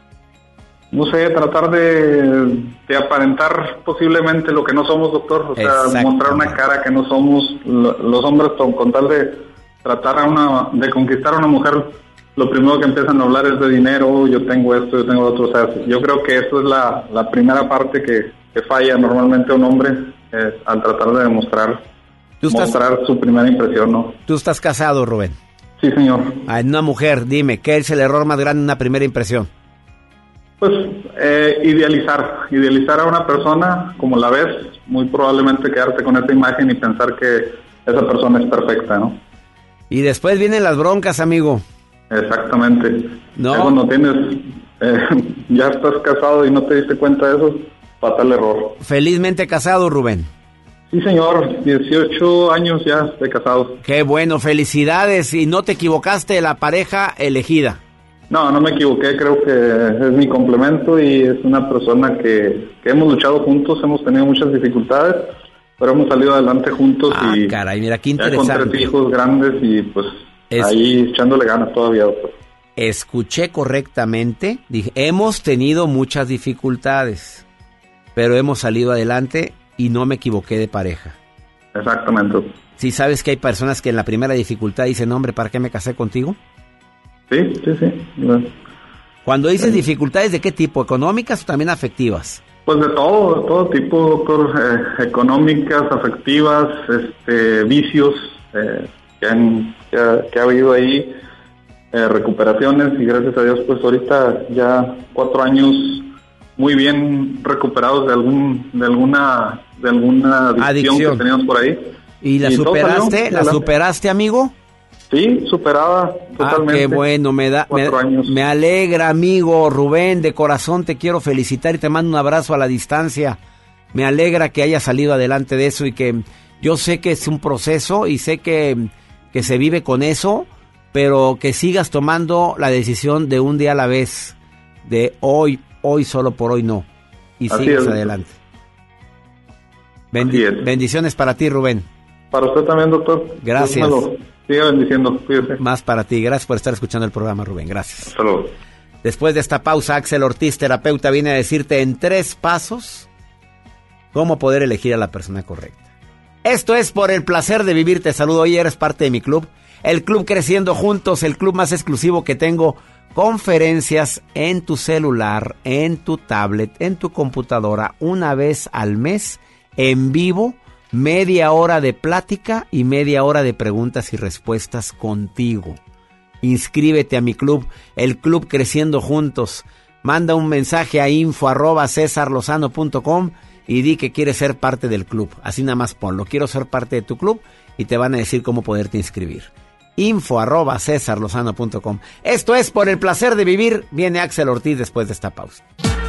No sé, tratar de aparentar posiblemente lo que no somos, doctor. O sea, mostrar una cara que no somos. Los hombres, con tal de tratar de conquistar a una mujer, lo primero que empiezan a hablar es de dinero. Yo tengo esto, yo tengo otro. O sea, yo creo que eso es la primera parte que falla normalmente un hombre al tratar de mostrar su primera impresión, ¿no? ¿Tú estás casado, Rubén? Sí, señor. En una mujer, dime, ¿qué es el error más grande en una primera impresión? Pues idealizar a una persona como la ves, muy probablemente quedarte con esa imagen y pensar que esa persona es perfecta, ¿no? Y después vienen las broncas, amigo. Exactamente. No. Cuando ya estás casado y no te diste cuenta de eso, fatal error. Felizmente casado, Rubén. Sí, señor, 18 años ya de casado. Qué bueno, felicidades. ¿Y no te equivocaste de la pareja elegida? No me equivoqué, creo que es mi complemento y es una persona que hemos luchado juntos, hemos tenido muchas dificultades, pero hemos salido adelante juntos. Y caray, mira, qué interesante. Ya con 3 hijos grandes y pues ahí echándole ganas todavía, doctor. Escuché correctamente, dije, hemos tenido muchas dificultades, pero hemos salido adelante y no me equivoqué de pareja. Exactamente. ¿Sí sabes que hay personas que en la primera dificultad dicen, hombre, ¿para qué me casé contigo? Sí. Cuando dices dificultades, ¿de qué tipo? ¿Económicas o también afectivas? Pues de todo tipo, doctor. Económicas, afectivas, vicios que ha habido ahí, recuperaciones y gracias a Dios, pues ahorita ya 4 años muy bien recuperados de alguna adicción que teníamos por ahí. ¿Y la superaste? ¿La superaste, amigo? Sí, superada totalmente. Qué bueno, me alegra, amigo Rubén, de corazón te quiero felicitar y te mando un abrazo a la distancia. Me alegra que hayas salido adelante de eso y que yo sé que es un proceso y sé que se vive con eso, pero que sigas tomando la decisión de un día a la vez, de hoy solo por hoy no, y sigas adelante. Bendiciones para ti, Rubén. Para usted también, doctor. Gracias. Siga bendiciendo, cuídese. Más para ti, gracias por estar escuchando el programa, Rubén, gracias. Hasta luego. Después de esta pausa, Axel Ortiz, terapeuta, viene a decirte en 3 pasos cómo poder elegir a la persona correcta. Esto es Por el Placer de Vivir. Te saludo, hoy eres parte de mi club, el Club Creciendo Juntos, el club más exclusivo que tengo. Conferencias en tu celular, en tu tablet, en tu computadora, una vez al mes, en vivo, media hora de plática y media hora de preguntas y respuestas contigo. Inscríbete a mi club, el Club Creciendo Juntos. Manda un mensaje a info@cesarlozano.com y di que quieres ser parte del club. Así nada más ponlo, quiero ser parte de tu club, y te van a decir cómo poderte inscribir. info@cesarlozano.com. Esto es Por el Placer de Vivir. Viene Axel Ortiz después de esta pausa.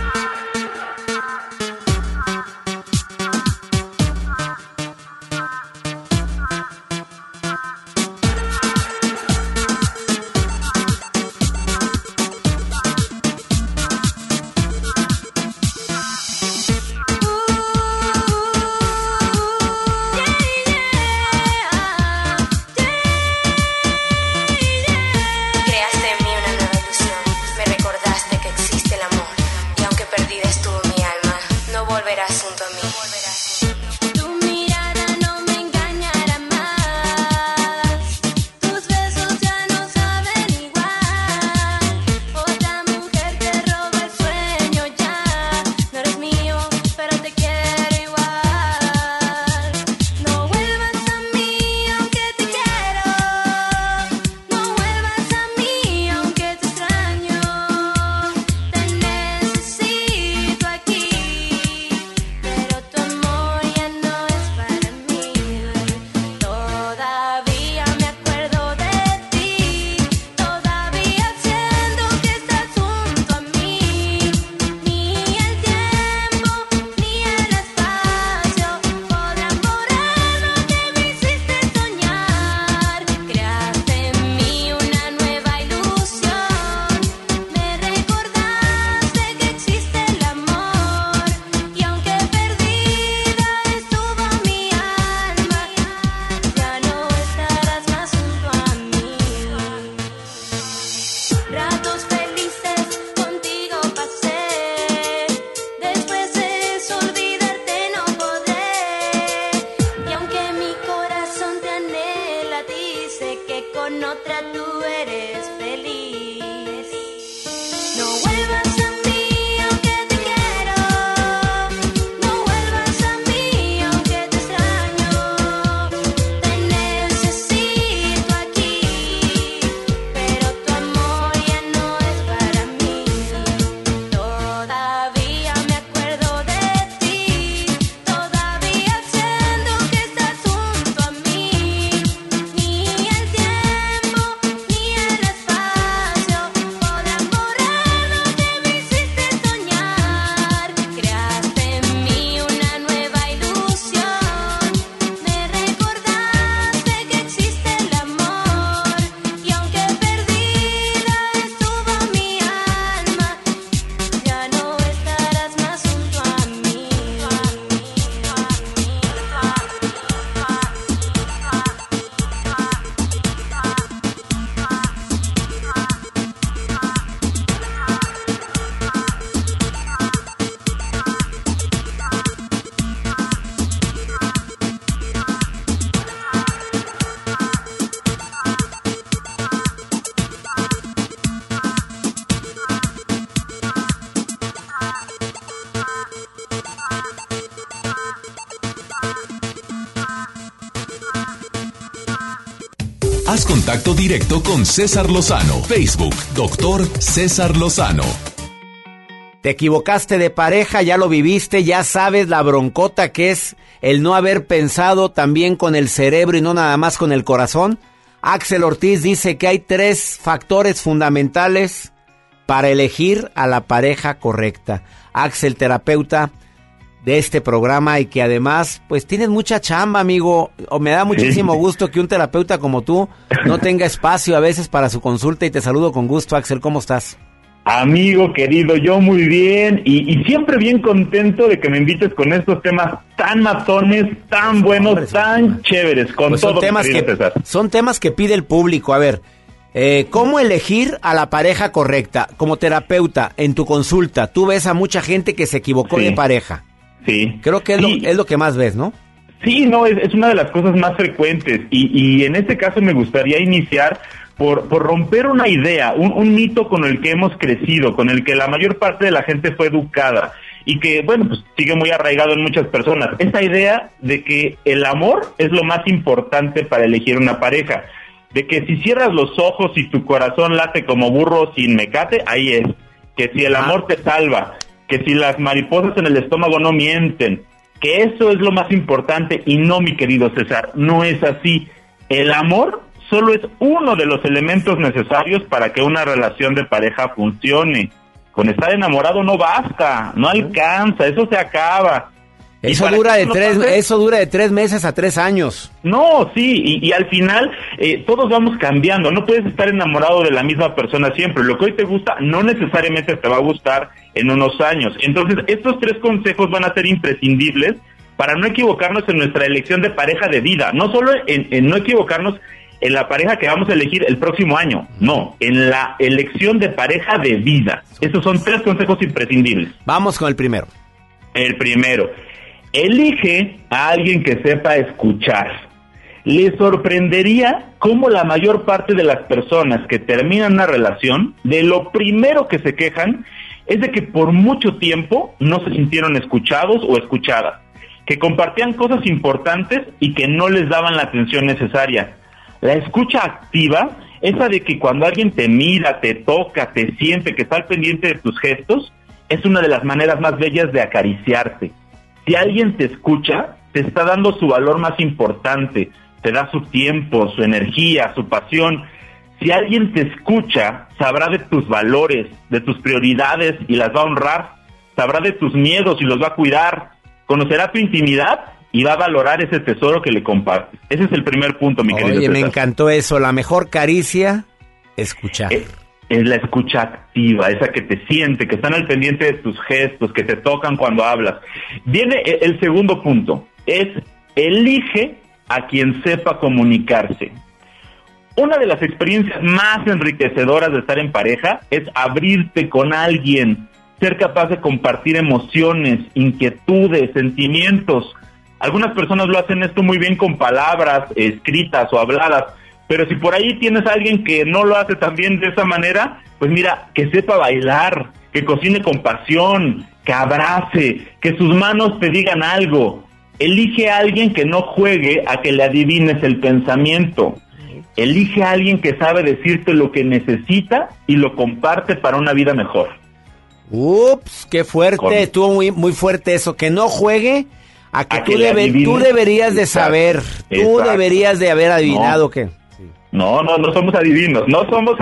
Haz contacto directo con César Lozano. Facebook, Dr. César Lozano. Te equivocaste de pareja, ya lo viviste, ya sabes la broncota que es el no haber pensado también con el cerebro y no nada más con el corazón. Axel Ortiz dice que hay 3 factores fundamentales para elegir a la pareja correcta. Axel, terapeuta de este programa y que además, pues tienes mucha chamba, amigo. O me da muchísimo gusto que un terapeuta como tú no tenga espacio a veces para su consulta y te saludo con gusto, Axel. ¿Cómo estás? Amigo querido, yo muy bien y siempre bien contento de que me invites con estos temas tan matones, tan buenos, tan chéveres, con pues todo. Son temas que pide el público. A ver, ¿cómo elegir a la pareja correcta? Como terapeuta, en tu consulta, tú ves a mucha gente que se equivocó de pareja. Sí. Creo que es lo que más ves, ¿no? Sí, no, es una de las cosas más frecuentes y en este caso me gustaría iniciar por romper una idea, un mito con el que hemos crecido, con el que la mayor parte de la gente fue educada y que, bueno, pues sigue muy arraigado en muchas personas. Esta idea de que el amor es lo más importante para elegir una pareja, de que si cierras los ojos y tu corazón late como burro sin mecate, ahí es, que si el amor te salva, que si las mariposas en el estómago no mienten, que eso es lo más importante y no, mi querido César, no es así. El amor solo es uno de los elementos necesarios para que una relación de pareja funcione. Con estar enamorado no basta, no alcanza, eso se acaba. Eso dura de 3 meses a 3 años. No, sí, y al final todos vamos cambiando. No puedes estar enamorado de la misma persona siempre. Lo que hoy te gusta no necesariamente te va a gustar en unos años. Entonces, estos 3 consejos van a ser imprescindibles para no equivocarnos en nuestra elección de pareja de vida. No solo en no equivocarnos en la pareja que vamos a elegir el próximo año. No, en la elección de pareja de vida. Esos son 3 consejos imprescindibles. Vamos con el primero. El primero. Elige a alguien que sepa escuchar. Le sorprendería cómo la mayor parte de las personas que terminan una relación, de lo primero que se quejan es de que por mucho tiempo no se sintieron escuchados o escuchadas, que compartían cosas importantes y que no les daban la atención necesaria. La escucha activa, esa de que cuando alguien te mira, te toca, te siente, que está al pendiente de tus gestos, es una de las maneras más bellas de acariciarte. Si alguien te escucha, te está dando su valor más importante, te da su tiempo, su energía, su pasión. Si alguien te escucha, sabrá de tus valores, de tus prioridades y las va a honrar, sabrá de tus miedos y los va a cuidar, conocerá tu intimidad y va a valorar ese tesoro que le compartes. Ese es el primer punto, mi querido César. Oye, me encantó eso, la mejor caricia, escuchar. Es la escucha activa, esa que te siente, que están al pendiente de tus gestos, que te tocan cuando hablas. Viene el segundo punto, es elige a quien sepa comunicarse. Una de las experiencias más enriquecedoras de estar en pareja es abrirte con alguien, ser capaz de compartir emociones, inquietudes, sentimientos. Algunas personas lo hacen esto muy bien con palabras escritas o habladas, pero si por ahí tienes a alguien que no lo hace tan bien de esa manera, pues mira, que sepa bailar, que cocine con pasión, que abrace, que sus manos te digan algo. Elige a alguien que no juegue a que le adivines el pensamiento. Elige a alguien que sabe decirte lo que necesita y lo comparte para una vida mejor. Ups, qué fuerte, estuvo muy fuerte eso, que no juegue a que tú deberías de saber, tú deberías de haber adivinado que... No somos adivinos, no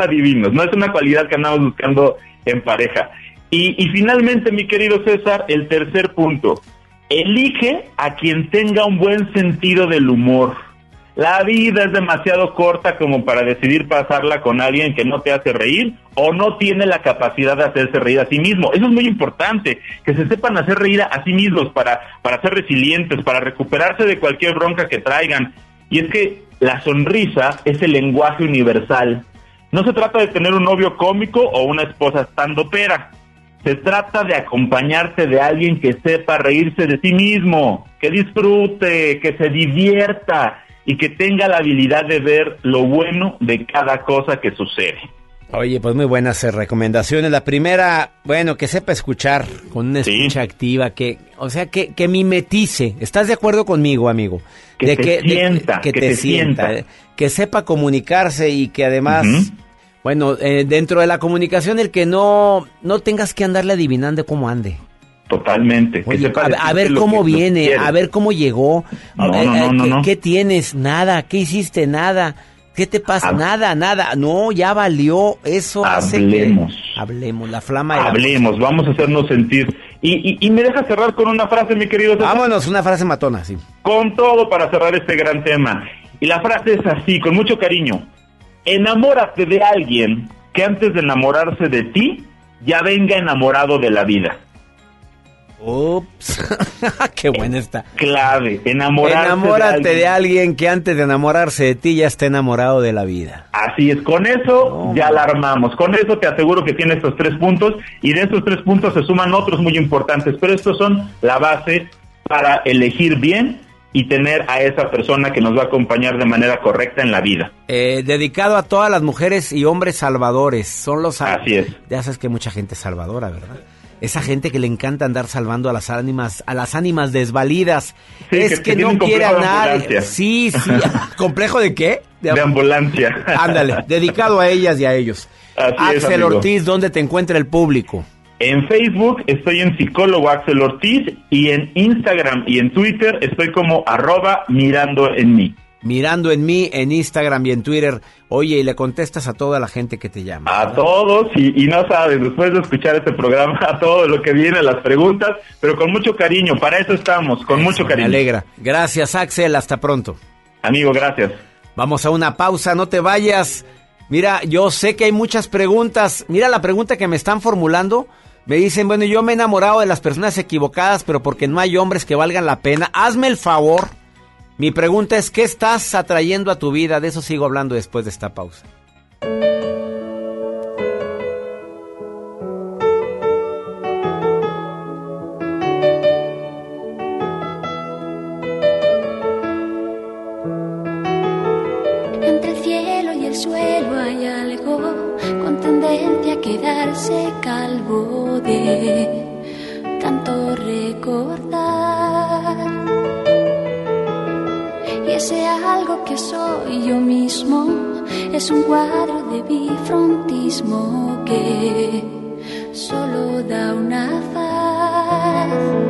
es una cualidad que andamos buscando en pareja. Y finalmente, mi querido César, el tercer punto, elige a quien tenga un buen sentido del humor. La vida es demasiado corta como para decidir pasarla con alguien que no te hace reír o no tiene la capacidad de hacerse reír a sí mismo. Eso es muy importante, que se sepan hacer reír a sí mismos para ser resilientes, para recuperarse de cualquier bronca que traigan. Y es que la sonrisa es el lenguaje universal. No se trata de tener un novio cómico o una esposa estandopera. Se trata de acompañarte de alguien que sepa reírse de sí mismo, que disfrute, que se divierta y que tenga la habilidad de ver lo bueno de cada cosa que sucede. Oye, pues muy buenas recomendaciones. La primera, bueno, que sepa escuchar con una escucha activa, que mimetice. ¿Estás de acuerdo conmigo, amigo? Que te sienta. Que sepa comunicarse y que además, bueno, dentro de la comunicación, el que no tengas que andarle adivinando cómo ande. Totalmente. Oye, a ver cómo viene, a ver cómo llegó. No. ¿Qué tienes? Nada. ¿Qué hiciste? Nada. ¿Qué te pasa? Nada. No, ya valió. Eso Hablemos. Hablemos, la flama. Hablemos, vamos a hacernos sentir. Y me deja cerrar con una frase, mi querido César. Vámonos, una frase matona, sí. Con todo para cerrar este gran tema. Y la frase es así, con mucho cariño. Enamórate de alguien que antes de enamorarse de ti, ya venga enamorado de la vida. Ups, qué buena está. Clave, enamórate de alguien que antes de enamorarse de ti ya está enamorado de la vida. Así es, con eso ya la armamos. Con eso te aseguro que tiene estos 3 puntos, y de estos 3 puntos se suman otros muy importantes, pero estos son la base para elegir bien y tener a esa persona que nos va a acompañar de manera correcta en la vida. Dedicado a todas las mujeres y hombres salvadores. Son los... Así es. Ya sabes que hay mucha gente salvadora, ¿verdad? Esa gente que le encanta andar salvando a las ánimas desvalidas. Sí, es que no quiere a nadie. Sí. ¿Complejo de qué? De ambulancia. Ándale, dedicado a ellas y a ellos. Así es, Axel amigo. Ortiz, ¿dónde te encuentra el público? En Facebook estoy en psicólogo Axel Ortiz, y en Instagram y en Twitter estoy como @mirandoenmí. Mirando en mí, en Instagram y en Twitter. Oye, y le contestas a toda la gente que te llama, ¿verdad? A todos, y no sabes, después de escuchar este programa, a todo lo que viene, las preguntas, pero con mucho cariño, para eso estamos, con mucho cariño. Me alegra. Gracias, Axel, hasta pronto. Amigo, gracias. Vamos a una pausa, no te vayas. Mira, yo sé que hay muchas preguntas. Mira la pregunta que me están formulando. Me dicen, bueno, yo me he enamorado de las personas equivocadas, pero porque no hay hombres que valgan la pena. Hazme el favor. Mi pregunta es, ¿qué estás atrayendo a tu vida? De eso sigo hablando después de esta pausa. Entre el cielo y el suelo hay algo con tendencia a quedarse calvo de tanto recordar. Y ese algo que soy yo mismo es un cuadro de bifrontismo que solo da una faz.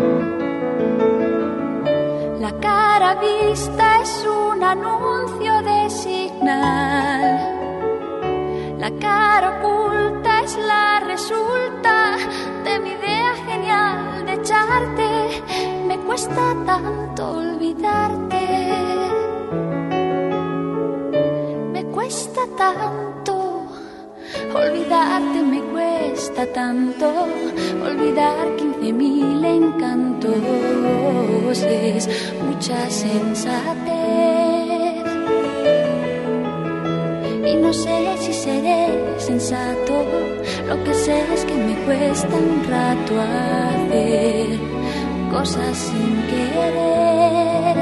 La cara vista es un anuncio de señal. La cara oculta es la resulta de mi idea genial de echarte. Me cuesta tanto olvidarte. Me cuesta tanto olvidarte, me cuesta tanto olvidar 15.000 encantos. Es mucha sensatez y no sé si seré sensato. Lo que sé es que me cuesta un rato hacer cosas sin querer.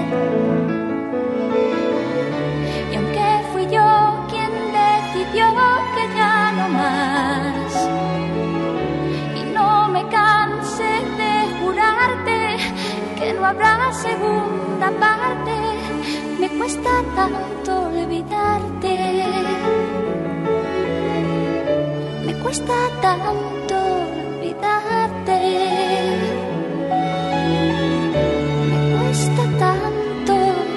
Y aunque fui yo quien decidió que ya no más, y no me canse de jurarte que no habrá segunda parte, me cuesta tanto olvidarte. Me cuesta tanto olvidarte. Me cuesta tanto.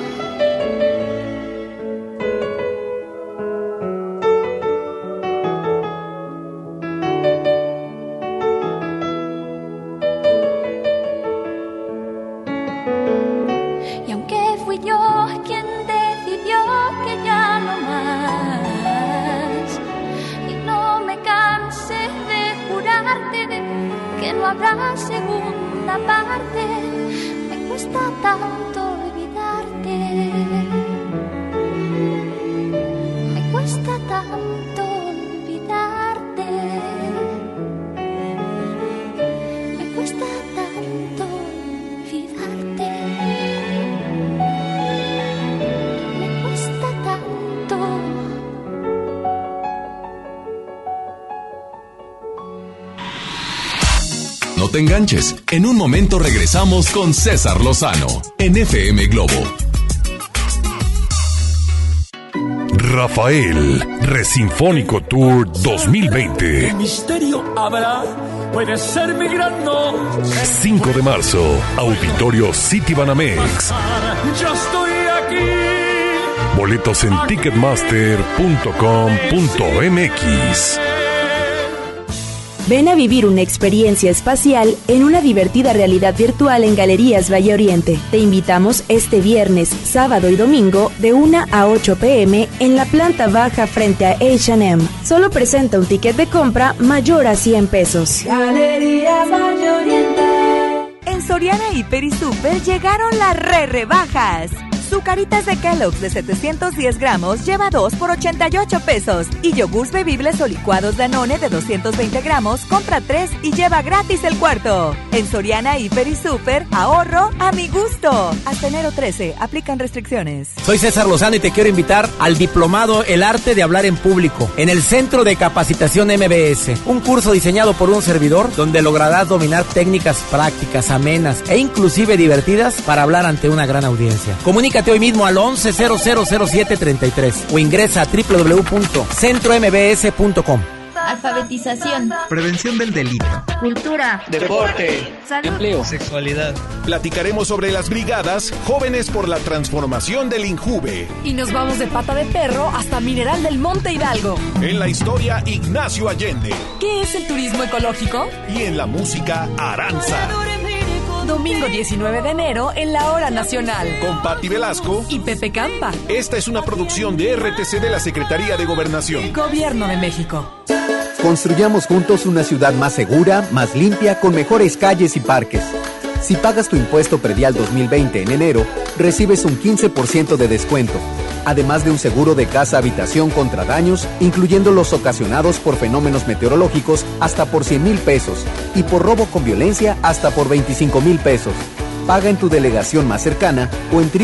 Y aunque fui yo quien decidió que ya no más, y no me canse de jurarte que no habrá segunda parte, me cuesta tanto olvidarte. Me cuesta tanto olvidarte. Me cuesta tanto olvidarte. Me cuesta tanto. No te enganches. En un momento regresamos con César Lozano en FM Globo. Rafael, Resinfónico Tour 2020. ¿Qué misterio habrá? Puede ser mi gran noche. 5 de marzo, Auditorio City Banamex. Yo estoy aquí Boletos en ticketmaster.com.mx. Ven a vivir una experiencia espacial en una divertida realidad virtual en Galerías Valle Oriente. Te invitamos este viernes, sábado y domingo de 1 a 8 p.m. en la planta baja frente a H&M. Solo presenta un ticket de compra mayor a 100 pesos. Galerías Valle Oriente. En Soriana Hiper y Super llegaron las rebajas. Zucaritas de Kellogg's de 710 gramos lleva 2 por 88 pesos. Y yogurts bebibles o licuados Danone de 220 gramos, compra 3 y lleva gratis el cuarto. En Soriana, Hiper y Super, ahorro a mi gusto. Hasta enero 13, aplican restricciones. Soy César Lozano y te quiero invitar al diplomado El Arte de Hablar en Público en el Centro de Capacitación MBS. Un curso diseñado por un servidor donde lograrás dominar técnicas prácticas, amenas e inclusive divertidas para hablar ante una gran audiencia. Comunícate hoy mismo al 11000733 o ingresa a www.centrombs.com. Alfabetización, prevención del delito, cultura, deporte, salud, empleo, sexualidad. Platicaremos sobre las brigadas Jóvenes por la Transformación del INJUVE. Y nos vamos de Pata de Perro hasta Mineral del Monte Hidalgo. En la historia, Ignacio Allende. ¿Qué es el turismo ecológico? Y en la música, Aranza. Domingo 19 de enero en la Hora Nacional. Con Patti Velasco y Pepe Campa. Esta es una producción de RTC de la Secretaría de Gobernación. Gobierno de México. Construyamos juntos una ciudad más segura, más limpia, con mejores calles y parques. Si pagas tu impuesto predial 2020 en enero, recibes un 15% de descuento, además de un seguro de casa-habitación contra daños, incluyendo los ocasionados por fenómenos meteorológicos, hasta por 100,000 pesos, y por robo con violencia hasta por 25,000 pesos. Paga en tu delegación más cercana o en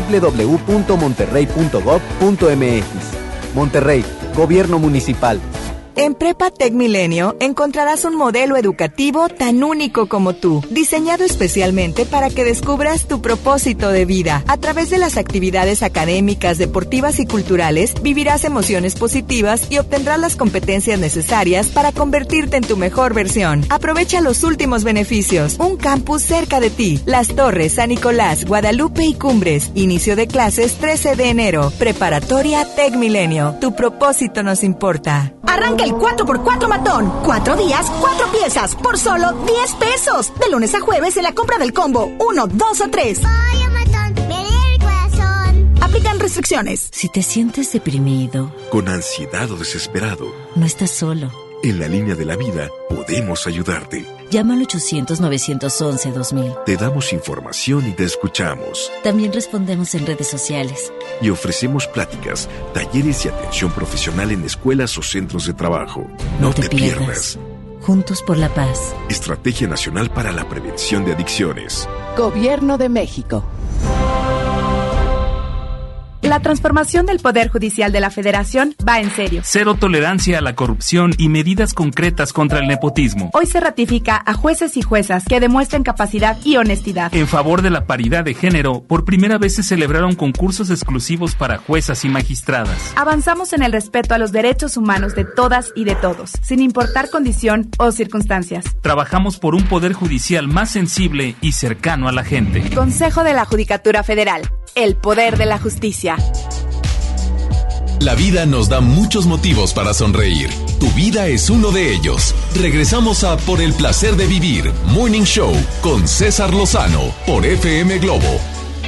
www.monterrey.gov.mx. Monterrey, Gobierno Municipal. En Prepa Tec Milenio encontrarás un modelo educativo tan único como tú, diseñado especialmente para que descubras tu propósito de vida. A través de las actividades académicas, deportivas y culturales, vivirás emociones positivas y obtendrás las competencias necesarias para convertirte en tu mejor versión. Aprovecha los últimos beneficios. Un campus cerca de ti. Las Torres, San Nicolás, Guadalupe y Cumbres. Inicio de clases 13 de enero. Preparatoria Tec Milenio. Tu propósito nos importa. Arranca el 4x4 matón. 4 días, 4 piezas, por solo 10 pesos. De lunes a jueves en la compra del combo 1, 2 o 3. Pollo matón, me lee el corazón. Aplican restricciones. Si te sientes deprimido, con ansiedad o desesperado, no estás solo. En la línea de la vida podemos ayudarte. Llama al 800-911-2000. Te damos información y te escuchamos. También respondemos en redes sociales. Y ofrecemos pláticas, talleres y atención profesional en escuelas o centros de trabajo. No te pierdas. Juntos por la paz. Estrategia Nacional para la Prevención de Adicciones. Gobierno de México. La transformación del Poder Judicial de la Federación va en serio. Cero tolerancia a la corrupción y medidas concretas contra el nepotismo. Hoy se ratifica a jueces y juezas que demuestren capacidad y honestidad. En favor de la paridad de género, por primera vez se celebraron concursos exclusivos para juezas y magistradas. Avanzamos en el respeto a los derechos humanos de todas y de todos, sin importar condición o circunstancias. Trabajamos por un Poder Judicial más sensible y cercano a la gente. Consejo de la Judicatura Federal. El poder de la justicia. La vida nos da muchos motivos para sonreír. Tu vida es uno de ellos. Regresamos a Por el Placer de Vivir, Morning Show, con César Lozano, por FM Globo.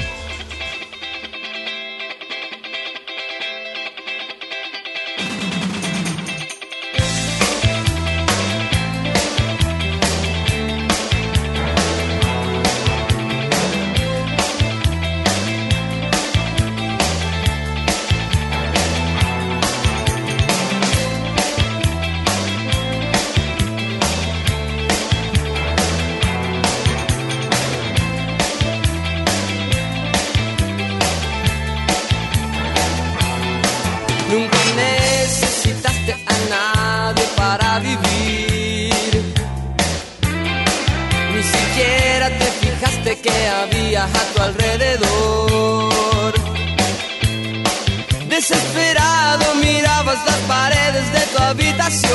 Desesperado mirabas las paredes de tu habitación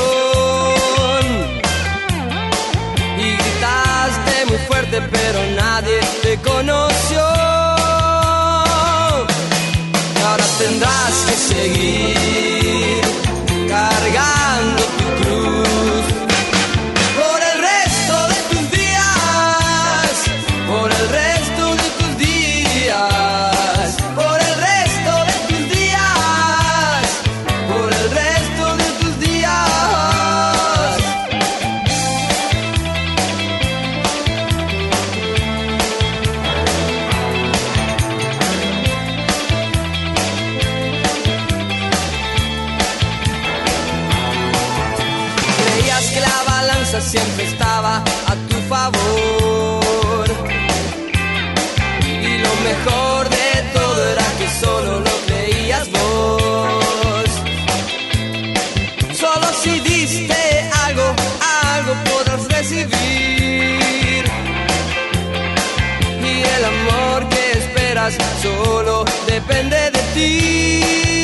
y gritaste muy fuerte, pero nadie te conoció. Ahora tendrás siempre estaba a tu favor. Y lo mejor de todo era que solo lo creías vos. Solo si diste algo, algo podrás recibir. Y el amor que esperas solo depende de ti.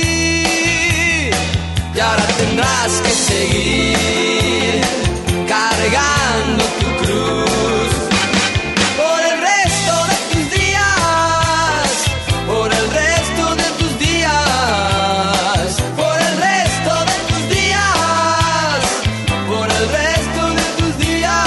Y ahora tendrás que seguir cargando tu cruz por el resto de tus días, por el resto de tus días, por el resto de tus días, por el resto de tus días.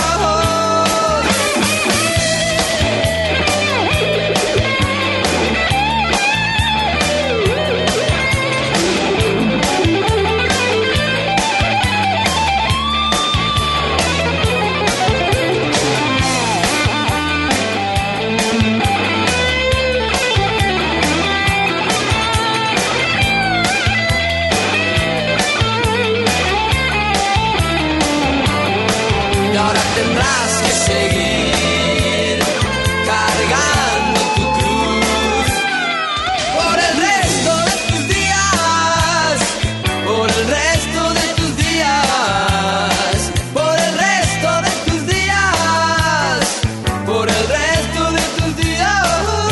Y ahora tendrás que seguir cargando tu cruz por el resto de tus días, por el resto de tus días, por el resto de tus días, por el resto de tus días.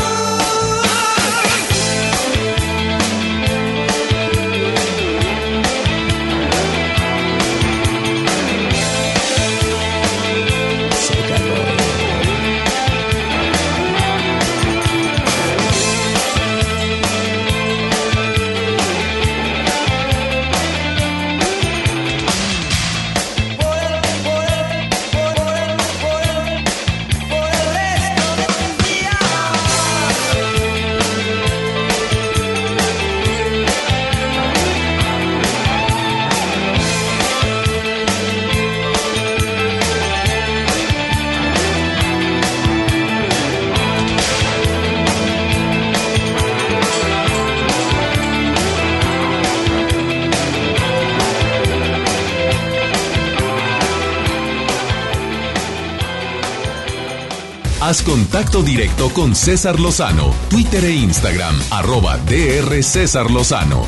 Haz contacto directo con César Lozano, Twitter e Instagram, @Dr. César Lozano.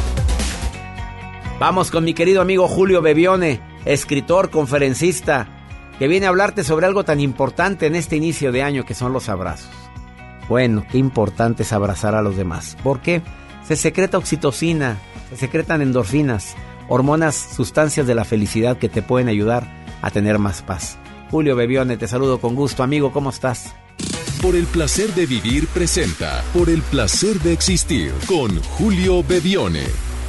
Vamos con mi querido amigo Julio Bebione, escritor, conferencista, que viene a hablarte sobre algo tan importante en este inicio de año que son los abrazos. Bueno, qué importante es abrazar a los demás. ¿Por qué? Se secreta oxitocina, se secretan endorfinas, hormonas, sustancias de la felicidad que te pueden ayudar a tener más paz. Julio Bebione, te saludo con gusto. Amigo, ¿cómo estás? Por el placer de vivir presenta Por el placer de existir con Julio Bebione.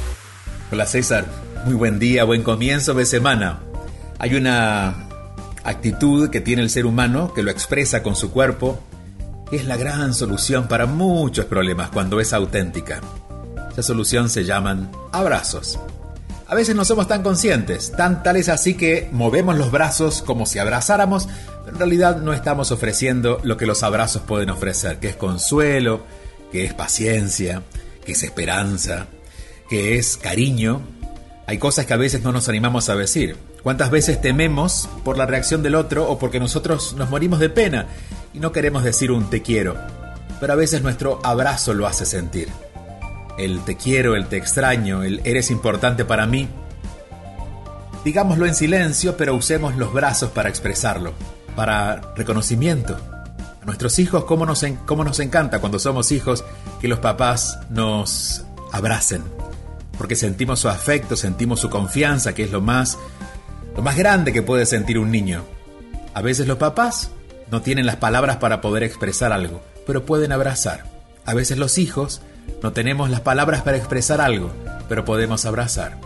Hola César, muy buen día, buen comienzo de semana. Hay una actitud que tiene el ser humano que lo expresa con su cuerpo, que es la gran solución para muchos problemas cuando es auténtica. Esa solución se llaman abrazos. A veces no somos tan conscientes, tal es así que movemos los brazos como si abrazáramos, pero en realidad no estamos ofreciendo lo que los abrazos pueden ofrecer, que es consuelo, que es paciencia, que es esperanza, que es cariño. Hay cosas que a veces no nos animamos a decir. ¿Cuántas veces tememos por la reacción del otro o porque nosotros nos morimos de pena y no queremos decir un te quiero? Pero a veces nuestro abrazo lo hace sentir. El te quiero, el te extraño, el eres importante para mí. Digámoslo en silencio, pero usemos los brazos para expresarlo, para reconocimiento. A nuestros hijos, cómo nos encanta cuando somos hijos que los papás nos abracen, porque sentimos su afecto, sentimos su confianza, que es lo más grande que puede sentir un niño. A veces los papás no tienen las palabras para poder expresar algo, pero pueden abrazar. A veces los hijos no tenemos las palabras para expresar algo, pero podemos abrazar.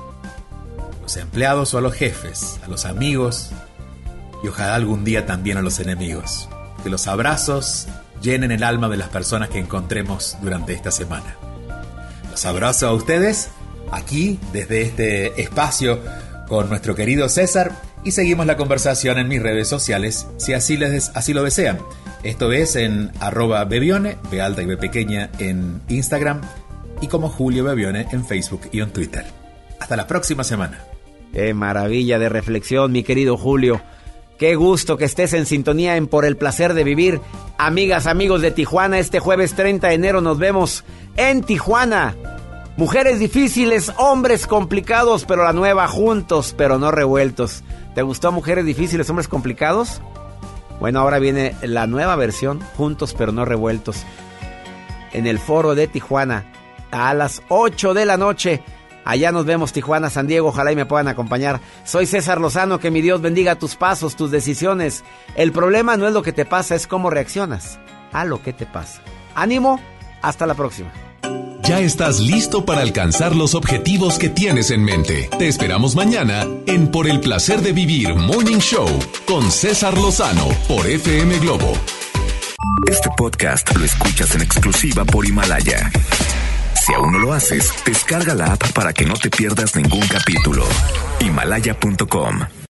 A los empleados o a los jefes, a los amigos y ojalá algún día también a los enemigos. Que los abrazos llenen el alma de las personas que encontremos durante esta semana. Los abrazo a ustedes aquí desde este espacio con nuestro querido César y seguimos la conversación en mis redes sociales si así lo desean. Esto es en @Bebione, B alta y B pequeña en Instagram y como Julio Bebione en Facebook y en Twitter. Hasta la próxima semana. ¡Qué maravilla de reflexión, mi querido Julio! Qué gusto que estés en sintonía en Por el Placer de Vivir. Amigas, amigos de Tijuana, este jueves 30 de enero nos vemos en Tijuana. Mujeres difíciles, hombres complicados, pero la nueva, juntos, pero no revueltos. ¿Te gustó Mujeres difíciles, hombres complicados? Bueno, ahora viene la nueva versión, juntos, pero no revueltos. En el Foro de Tijuana, a las 8 de la noche. Allá nos vemos, Tijuana, San Diego, ojalá y me puedan acompañar. Soy César Lozano, que mi Dios bendiga tus pasos, tus decisiones. El problema no es lo que te pasa, es cómo reaccionas a lo que te pasa. Ánimo, hasta la próxima. Ya estás listo para alcanzar los objetivos que tienes en mente. Te esperamos mañana en Por el Placer de Vivir Morning Show con César Lozano por FM Globo. Este podcast lo escuchas en exclusiva por Himalaya. Si aún no lo haces, descarga la app para que no te pierdas ningún capítulo. Himalaya.com